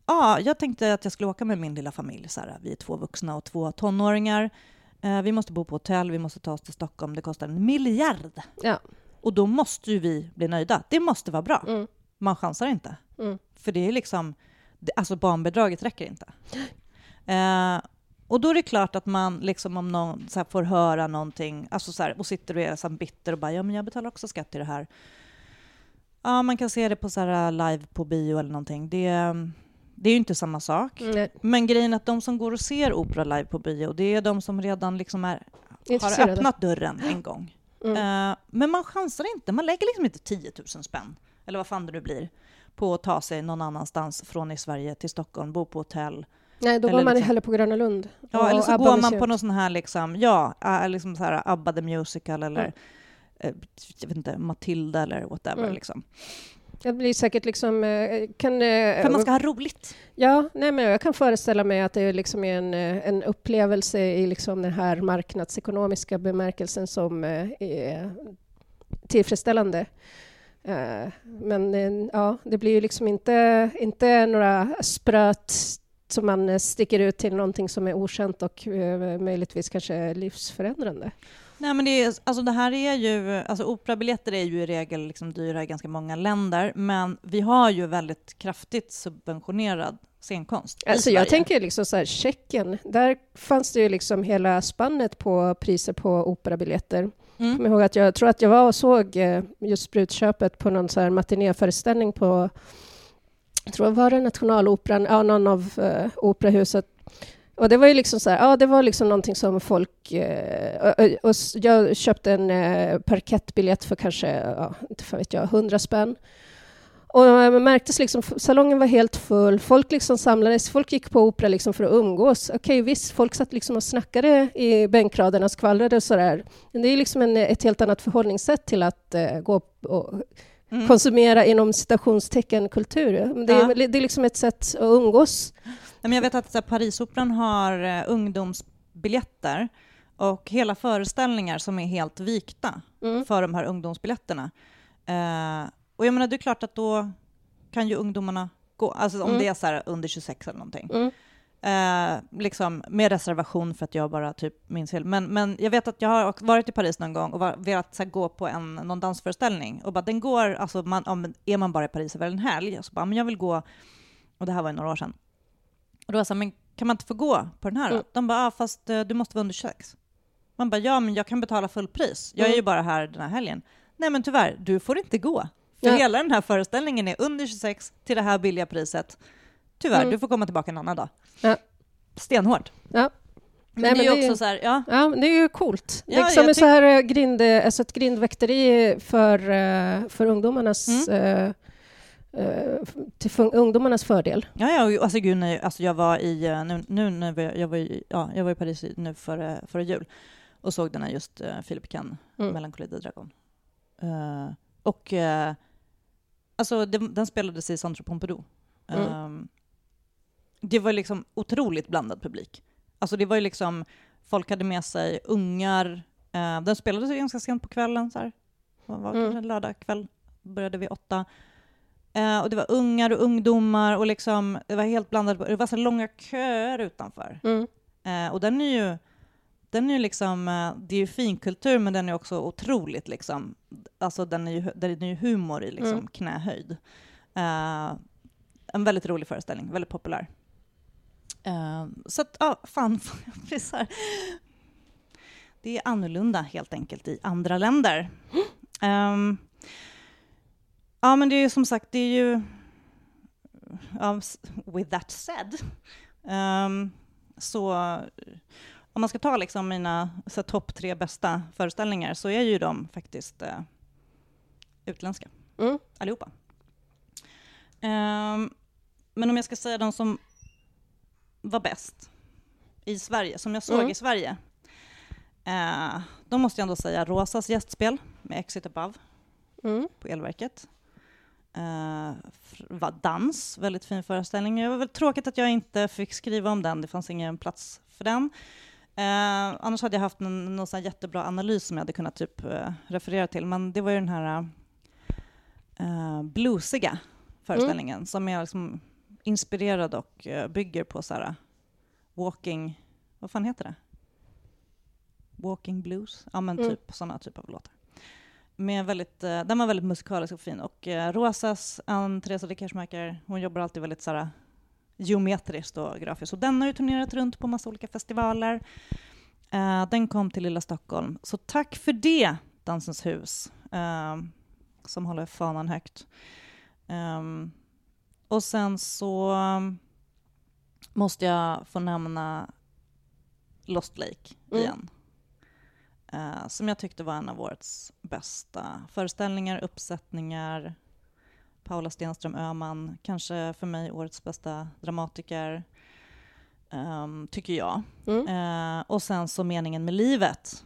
jag tänkte att jag skulle åka med min lilla familj. Så här, vi är 2 vuxna och 2 tonåringar. Vi måste bo på hotell, vi måste ta oss till Stockholm. Det kostar 1 miljard. Ja. Och då måste ju vi bli nöjda. Det måste vara bra. Man chansar inte. För det är liksom... Alltså barnbidraget räcker inte. Och då är det klart att man liksom om någon så här får höra någonting alltså så här, och sitter och är så bitter och bara ja men jag betalar också skatt i det här. Ja, man kan se det på så här live på bio eller någonting. Det är ju inte samma sak. Men grejen är att de som går och ser opera live på bio, det är de som redan liksom har öppnat dörren en gång. Men man chansar inte. Man lägger liksom inte 10 000 spänn eller vad fan det nu blir på att ta sig någon annanstans från i Sverige till Stockholm, bo på hotell. Nej, då går man liksom, hellre på Gröna Lund. Ja, eller så Abba går man på någon sån här liksom, liksom så här Abba the Musical eller jag vet inte, Matilda eller whatever liksom. Det blir säkert liksom... för man ska ha roligt. Ja, nej, men jag kan föreställa mig att det är liksom en upplevelse i liksom den här marknadsekonomiska bemärkelsen som är tillfredsställande. Men ja, det blir ju liksom inte några spröt som man sticker ut till någonting som är okänt och möjligtvis kanske livsförändrande. Nej, men det här är ju, alltså operabiljetter är ju i regel liksom dyra i ganska många länder, men vi har ju väldigt kraftigt subventionerad scenkonst. Alltså jag tänker liksom så här, Tjeckien, där fanns det ju liksom hela spannet på priser på operabiljetter. Jag ihåg att jag tror att jag var och såg just Sprutköpet på någon så här matinéföreställning på, jag tror var det Nationaloperan, någon av operahuset. Och det var ju liksom så här, det var liksom någonting som folk... och jag köpte en parkettbiljett för kanske, inte för vet jag, 100 spänn. Och man märktes liksom, salongen var helt full. Folk liksom samlades, folk gick på opera liksom för att umgås. Okej, visst, folk satt liksom och snackade i bänkraderna, skvallrade och sådär. Men det är liksom ett helt annat förhållningssätt till att gå och konsumera inom citationstecken kultur. Det är liksom ett sätt att umgås. Men jag vet att Parisoperan har ungdomsbiljetter och hela föreställningar som är helt vikta för de här ungdomsbiljetterna. Och jag menar, det är klart att då kan ju ungdomarna gå, alltså om det är så här under 26 eller någonting. Liksom med reservation för att jag bara typ minns helt. Men jag vet att jag har varit i Paris någon gång och velat så här, gå på någon dansföreställning och bara den går, alltså är man bara i Paris över en helg så bara, men jag vill gå, och det här var några år sedan. Och då var jag så här, men kan man inte få gå på den här då? De bara, fast du måste vara under 26. Man bara, ja men jag kan betala fullpris. Jag är ju bara här den här helgen. Nej men tyvärr, du får inte gå. För hela den här föreställningen är under 26 till det här billiga priset. Tyvärr, du får komma tillbaka en annan dag. Ja. Stenhårt. Ja. Men det är ju också så här, ja, det är ju coolt. Liksom så här alltså ett grindväkteri för ungdomarnas till ungdomarnas fördel. Ja, alltså gud, nej, alltså jag var i jag var i Paris nu före jul och såg den här just Philippe Kahn, Melancholie de Dragon. Och alltså den spelades i Centre Pompidou. Det var liksom otroligt blandad publik. Alltså det var ju liksom, folk hade med sig ungar. Den spelades ju ganska sent på kvällen så här. Det var kanske en lördag kväll. Började vid 8. Och det var ungar och ungdomar och liksom det var helt blandat. Det var så långa köer utanför. Och den är ju liksom, det är ju finkultur, men den är också otroligt liksom, alltså den är ju humor i liksom knähöjd. En väldigt rolig föreställning, väldigt populär. Så att, fan, det är annorlunda helt enkelt i andra länder. Ja, men det är ju som sagt, det är ju with that said, så om man ska ta liksom mina topp 3 bästa föreställningar så är ju de faktiskt utländska. Allihopa. Men om jag ska säga de som var bäst i Sverige, som jag såg i Sverige, då måste jag ändå säga Rosas gästspel med Exit Above på Elverket. Var dans, väldigt fin föreställning. Det var väl tråkigt att jag inte fick skriva om den, det fanns ingen plats för den. Annars hade jag haft någon sån jättebra analys som jag hade kunnat typ referera till, men det var ju den här bluesiga föreställningen som är liksom inspirerad och bygger på så här walking, vad fan heter det? Walking blues? Ja, men typ sådana typer av låtar. Med den var väldigt musikalisk och fin. Och Rosas, Ann-Theresa de Kersmaker, hon jobbar alltid väldigt så här geometriskt och grafiskt. Och den har ju turnerat runt på massa olika festivaler. Den kom till Lilla Stockholm. Så tack för det, Dansens hus, som håller fanan högt. Och sen så måste jag få nämna Lost Lake igen. Som jag tyckte var en av årets bästa föreställningar, uppsättningar. Paula Stenström Öhman, kanske för mig årets bästa dramatiker, tycker jag. Och sen så Meningen med livet.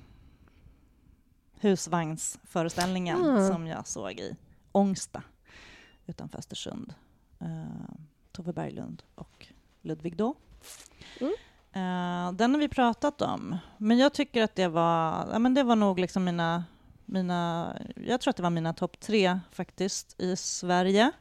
Husvagnsföreställningen som jag såg i Ångsta utanför Östersund. Tove Berglund och Ludvig Då. Den har vi pratat om. Men jag tycker att det var nog liksom jag tror att det var mina topp 3 faktiskt i Sverige.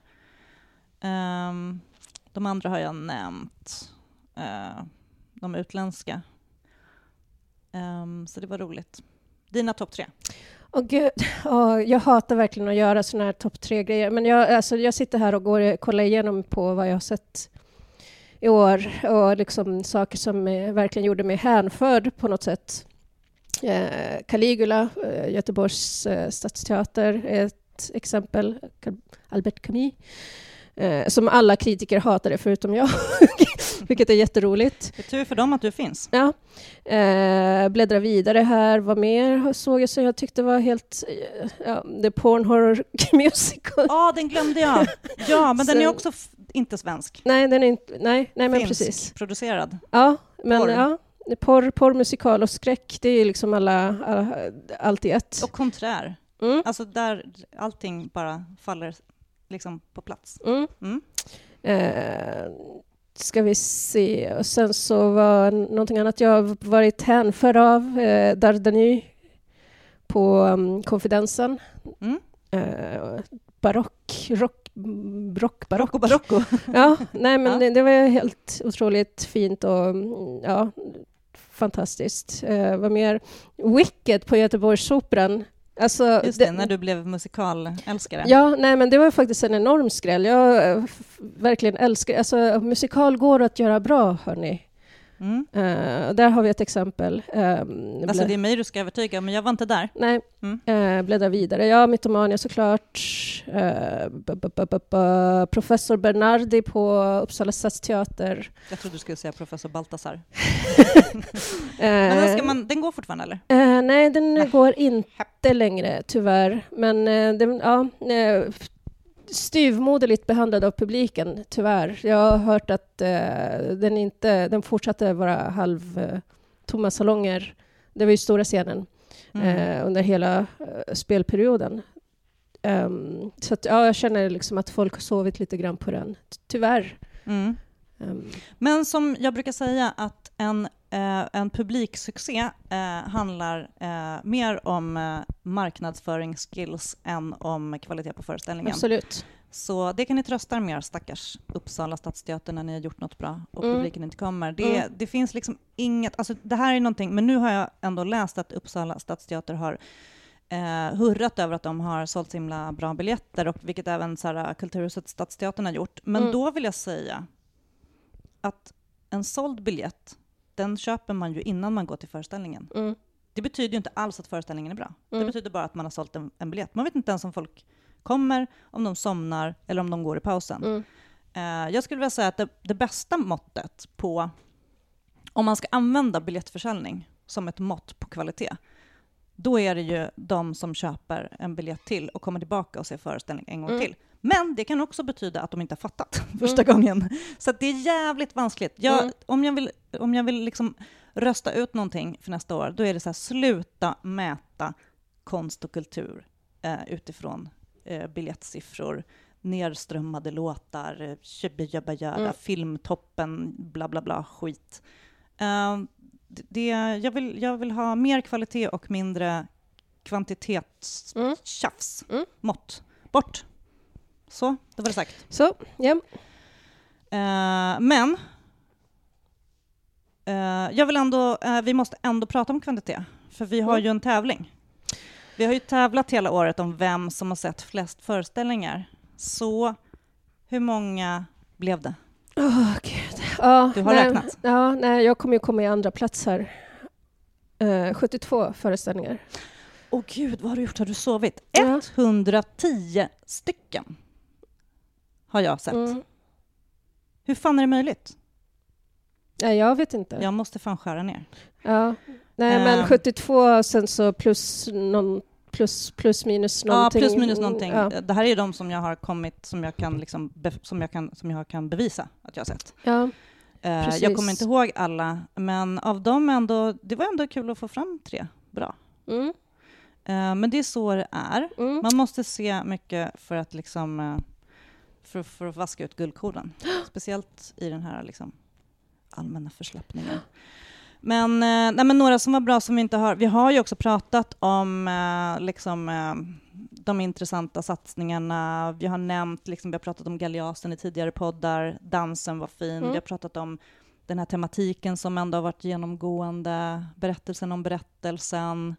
De andra har jag nämnt. De utländska. Så det var roligt. Dina topp 3? Gud, jag hatar verkligen att göra såna här topp 3-grejer. Men jag sitter här och kollar igenom på vad jag har sett i år. Och liksom saker som verkligen gjorde mig hänförd på något sätt. Caligula, Göteborgs stadsteater, är ett exempel. Albert Camus. Som alla kritiker hatade förutom jag. Vilket är jätteroligt. Det är tur för dem att du finns. Ja. Bläddra vidare här. Vad mer såg jag så jag tyckte var helt... The Porn Horror Musical. Ja, den glömde jag. Ja, men den är också inte svensk. Nej, den är inte... Nej, men finsk, precis. Producerad. Ja, men porr, musikal och skräck, det är liksom allt i ett. Och konträr. Alltså där allting bara faller liksom på plats. Ska vi se. Och sen så var någonting annat jag varit hänförd av. Dardany på Konfidensen. Barocco. Ja, nej men det var helt otroligt fint och fantastiskt. Vad mer? Wicked på Göteborgsoperan. Alltså, just det, när du blev musikalälskare. Ja, nej men det var faktiskt en enorm skräll. Jag verkligen älskar... Alltså, musikal går att göra bra, hörni. Där har vi ett exempel. Alltså det är mig du ska övertyga, men jag var inte där. Nej, bläddra vidare. Ja, Mytomania såklart. Professor Bernardi på Uppsala stadsteater. Jag trodde du skulle säga professor Baltasar. Men den går fortfarande, eller? Nej, den går inte längre, tyvärr. Men styvmoderligt behandlad av publiken, tyvärr. Jag har hört att den fortsatte vara halvtomma salonger. Det var ju stora scenen under hela spelperioden. Så att, jag känner liksom att folk har sovit lite grann på den. Tyvärr. Men som jag brukar säga att en publiksuccé handlar mer om marknadsföringsskills än om kvalitet på föreställningen. Absolut. Så det kan ni trösta med, stackars Uppsala stadsteater, när ni har gjort något bra och publiken inte kommer. Det finns liksom inget... Alltså det här är någonting, men nu har jag ändå läst att Uppsala stadsteater har hurrat över att de har sålt så himla bra biljetter, och vilket även Kulturhuset Stadsteatern har gjort. Men då vill jag säga att en såld biljett, den köper man ju innan man går till föreställningen. Det betyder ju inte alls att föreställningen är bra. Det betyder bara att man har sålt en biljett. Man vet inte ens om folk kommer, om de somnar eller om de går i pausen. Jag skulle vilja säga att det bästa måttet på, om man ska använda biljettförsäljning som ett mått på kvalitet, då är det ju de som köper en biljett till och kommer tillbaka och ser föreställning en gång till. Men det kan också betyda att de inte har fattat första gången. Så att det är jävligt vanskligt. Om jag vill liksom rösta ut någonting för nästa år, då är det så här: sluta mäta konst och kultur utifrån biljettsiffror, nerströmmade låtar, filmtoppen, bla bla bla, skit. Jag vill ha mer kvalitet och mindre kvantitetstjafs. Mått. Bort. Så, det var det sagt. Så, ja. Men jag vill ändå, vi måste ändå prata om kvantitet. För vi har ju en tävling. Vi har ju tävlat hela året om vem som har sett flest föreställningar. Så hur många blev det? Gud. Ja, du har räknat? Ja, nej, jag kommer ju komma i andra plats här. 72 föreställningar. Gud, vad har du gjort? Har du sovit? 110 stycken har jag sett. Hur fan är det möjligt? Ja, jag vet inte. Jag måste fan skära ner. Ja. Nej, men 72 sen så plus minus någonting. Ja, plus minus någonting. Ja. Det här är de som jag har kommit, som jag kan bevisa att jag har sett. Ja, jag kommer inte ihåg alla, men av dem ändå, det var ändå kul att få fram 3 bra. Men det är så det är. Man måste se mycket för att liksom för att vaska ut guldkornen. Speciellt i den här liksom allmänna förslappningen. Men några som var bra som vi inte har. Vi har ju också pratat om de intressanta satsningarna. Vi har nämnt, vi har pratat om Galeasen i tidigare poddar. Dansen var fin. Vi har pratat om den här tematiken som ändå har varit genomgående. Berättelsen om berättelsen.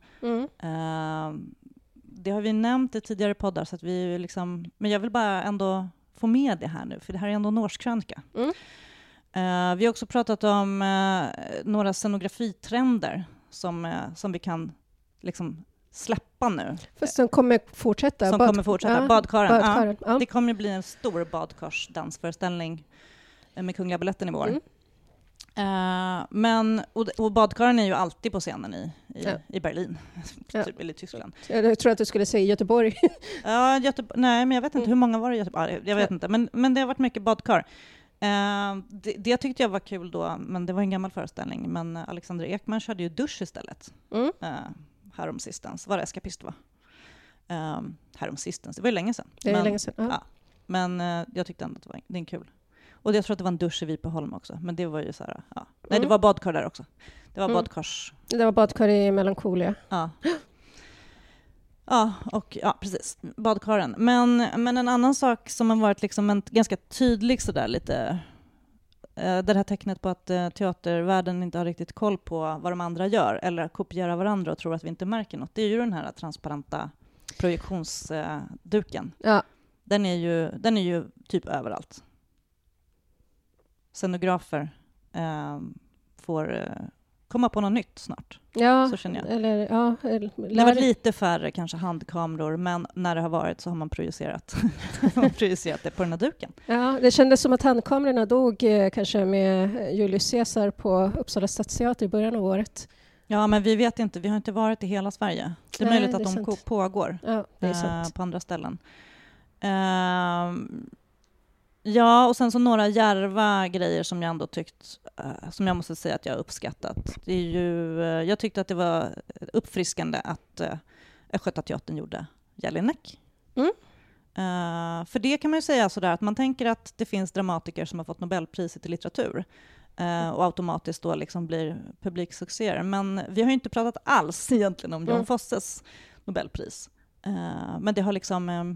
Det har vi nämnt i tidigare poddar. Så att vi men jag vill bara ändå få med det här nu. För det här är ändå en årskrönika. Vi har också pratat om några scenografitrender som vi kan släppa nu. Fast som kommer fortsätta. Badkaren. Ja. Det kommer bli en stor badkarsdansföreställning med Kungliga Baletten i vår. Och badkaren är ju alltid på scenen i Berlin, eller Tyskland. Jag tror att du skulle säga Göteborg. Ja, nej, men jag vet inte hur många var det i Göteborg. Jag vet inte, men det har varit mycket badkar. Det tyckte jag var kul då, men det var en gammal föreställning. Men Alexander Ekman körde ju dusch istället. Häromsistens. Var det Eskapist va? Häromsistens, det var ju länge sedan. Länge sedan. Ja. Men jag tyckte ändå att det är kul. Och jag tror att det var en dusch i Vipeholm också. Men det var ju så här, ja. Nej, det var badkar där också. Det var badkars... Det var badkar i Melancholia. Ja. Ja, precis. Badkaren. Men en annan sak som har varit en ganska tydlig sådär lite... det här tecknet på att teatervärlden inte har riktigt koll på vad de andra gör. Eller kopierar varandra och tror att vi inte märker något. Det är ju den här transparenta projektionsduken. Ja. Den är ju typ överallt. Scenografer får komma på något nytt snart. Ja, så känner jag. Eller det har varit lite färre kanske handkameror, men när det har varit så har man projicerat det på den här duken. Ja, det kändes som att handkamerorna dog kanske med Julius Caesar på Uppsala stadsteater i början av året. Ja, men vi vet inte. Vi har inte varit i hela Sverige. Det är möjligt att de pågår på andra ställen. Ja, och sen så några djärva grejer som jag ändå tyckt, som jag måste säga att jag har uppskattat. Det är ju, jag tyckte att det var uppfriskande att Östgötateatern gjorde Jelinek. För det kan man ju säga sådär att man tänker att det finns dramatiker som har fått Nobelpriset i litteratur och automatiskt då blir publiksuccéer. Men vi har ju inte pratat alls egentligen om John Fosses Nobelpris. Men det har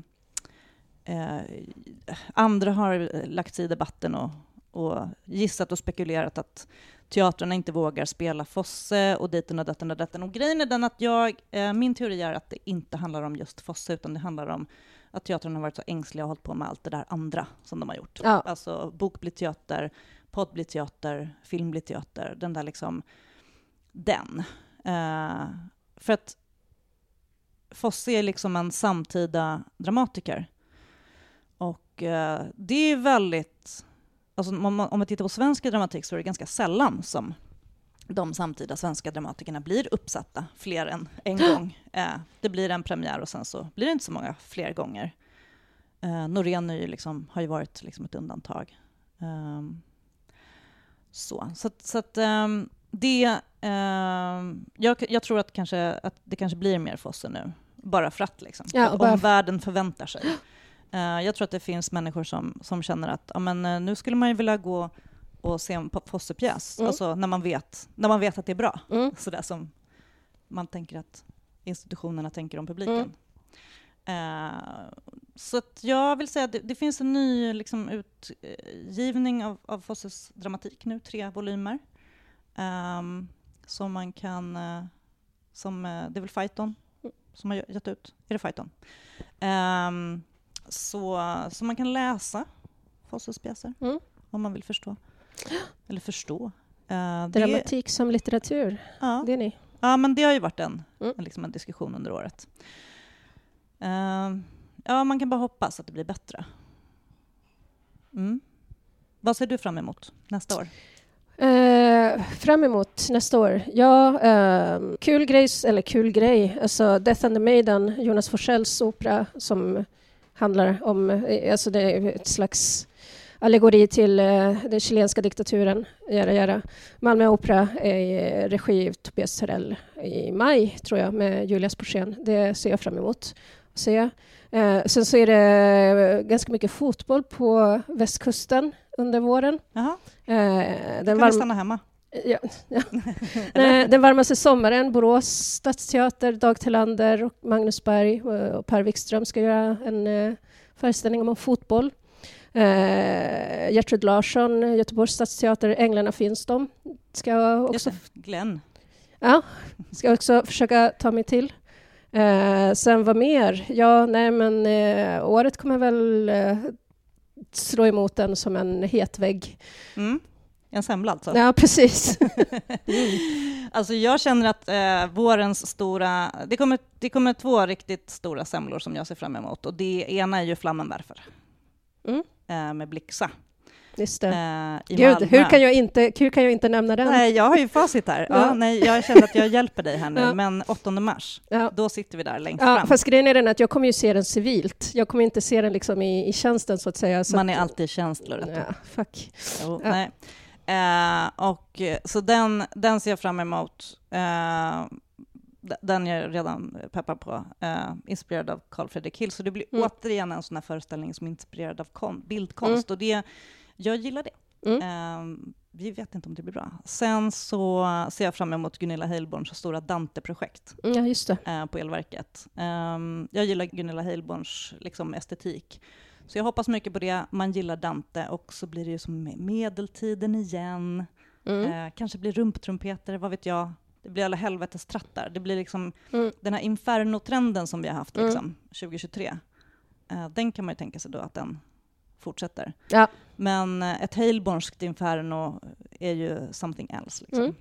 andra har lagt sig i debatten och gissat och spekulerat att teatrarna inte vågar spela Fosse och diten och datten. Och grejen är den att min teori är att det inte handlar om just Fosse, utan det handlar om att teatrarna har varit så ängsliga och hållit på med allt det där andra som de har gjort. Ja. Alltså bok blir teater, podd blir teater, film blir teater. Den där den. För att Fosse är en samtida dramatiker. Och det är väldigt... Alltså, om man tittar på svensk dramatik så är det ganska sällan som de samtida svenska dramatikerna blir uppsatta fler än en gång. Det blir en premiär och sen så blir det inte så många fler gånger. Norén är ju har ju varit ett undantag. Jag tror att det kanske blir mer Fosse nu. Bara för att om världen förväntar sig. Jag tror att det finns människor som känner att nu skulle man ju vilja gå och se en Fosse-pjäs. Alltså när man vet att det är bra. Sådär som man tänker att institutionerna tänker om publiken. Så att jag vill säga att det finns en ny liksom, utgivning av Fosses dramatik nu, 3 volymer. Som man kan... det är väl Phaeton som har gett ut. Är det Phaeton? Så man kan läsa Fosses pjäser om man vill förstå. Eller förstå. Dramatik som litteratur, ja. det är ni. Ja, men det har ju varit en diskussion under året. Man kan bara hoppas att det blir bättre. Vad ser du fram emot nästa år? Fram emot nästa år? Ja, kul grej. Alltså Death and the Maiden, Jonas Forssells opera som handlar om, alltså det är ett slags allegori till den chilenska diktaturen. Malmö Opera i regi Tobias Terrell i maj, tror jag, med Julias Porsén. Det ser jag fram emot att se. Sen så är det ganska mycket fotboll på västkusten under våren. Jaha. Kan vi stanna hemma? Ja. Den varmaste sommaren, Borås Stadsteater, Dag Tillander och Magnus Berg och Per Wikström ska göra en föreställning om fotboll. Gertrud Larsson, Göteborgs Stadsteater, Änglarna finns de. Ska också Glenn. Ja, ska också försöka ta mig till. Sen vad mer? Året kommer väl slå emot den som en het vägg. En semla alltså? Ja, precis. Alltså jag känner att vårens stora... Det kommer 2 riktigt stora semlor som jag ser fram emot. Och det ena är ju Flammenwerfer. Med Blixa. Just det. Gud, hur kan jag inte nämna den? Nej, jag har ju facit här. Jag känner att jag hjälper dig här nu. Men 8 mars, då sitter vi där längst fram. Fast grejen är den att jag kommer ju se den civilt. Jag kommer inte se den liksom i tjänsten, så att säga. Så man är alltid i tjänst, Loretta. Ja, fuck. Jo, nej. Och så den ser jag fram emot. Den är jag redan peppar på. Inspirerad av Carl Fredrik Hill. Så det blir återigen en sån här föreställning som är inspirerad av bildkonst. Och jag gillar det. Vi vet inte om det blir bra. Sen så ser jag fram emot Gunilla Heilborns stora Dante-projekt. Ja, just det. På Elverket. Jag gillar Gunilla Heilborns liksom, estetik. Så jag hoppas mycket på det. Man gillar Dante. Och så blir det ju som medeltiden igen. Kanske blir rumptrumpeter, vad vet jag. Det blir alla helvetes trattar. Det blir liksom den här inferno-trenden som vi har haft liksom, 2023. Den kan man ju tänka sig då att den fortsätter. Ja. Men ett heilbornskt inferno är ju something else. Liksom.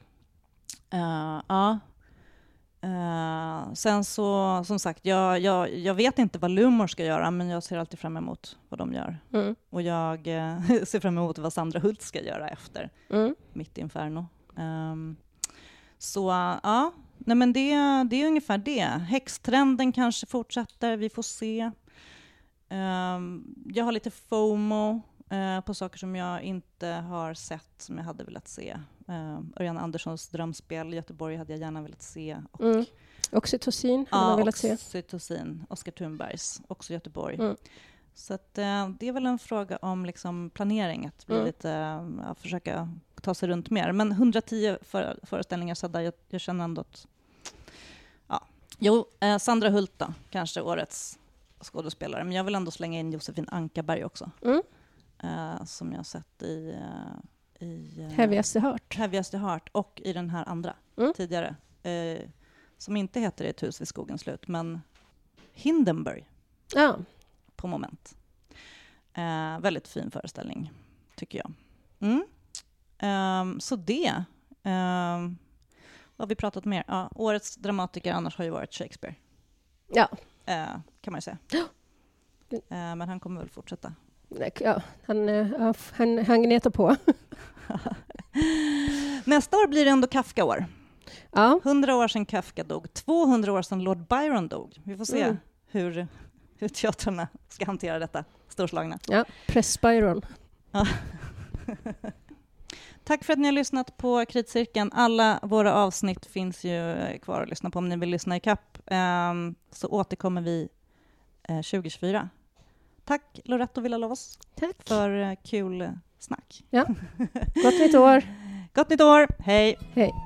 Sen så, som sagt, jag vet inte vad Lumor ska göra, men jag ser alltid fram emot vad de gör. Och jag ser fram emot vad Sandra Hult ska göra efter mitt inferno. Så ja, nej men det är ungefär det. Häxtrenden kanske fortsätter, vi får se. Jag har lite FOMO på saker som jag inte har sett, som jag hade velat se. Örjan Anderssons drömspel i Göteborg hade jag gärna velat se. Och, Oxytocin hade man velat se. Oxytocin, Oskar Thunbergs, också Göteborg. Så att, det är väl en fråga om liksom, planering, att bli lite, försöka ta sig runt mer. Men 110 föreställningar så där jag känner ändå att... Ja. Jo, Sandra Hult då, kanske årets skådespelare. Men jag vill ändå slänga in Josefin Ankarberg också. Som jag har sett i Heavigaste Heart. Och i den här andra tidigare. Som inte heter Ett hus vid skogens slut, men Hindenburg. Ja. På Moment. Väldigt fin föreställning, tycker jag. Så det. Vad har vi pratat mer? Ja, årets dramatiker annars har ju varit Shakespeare. Ja. Kan man ju säga. Men han kommer väl fortsätta. Ja, han gnetar på. Nästa år blir det ändå Kafka-år. Ja. 100 år sedan Kafka dog. 200 år sedan Lord Byron dog. Vi får se hur teatrarna ska hantera detta storslagna. Ja, press Byron. Ja. Tack för att ni har lyssnat på Kritcirkeln. Alla våra avsnitt finns ju kvar att lyssna på om ni vill lyssna i kapp. Så återkommer vi 2024. Tack Loretta Villa-Lobos. Tack. För kul snack. Ja. Gott nytt år. Gott nytt år. Hej. Hej.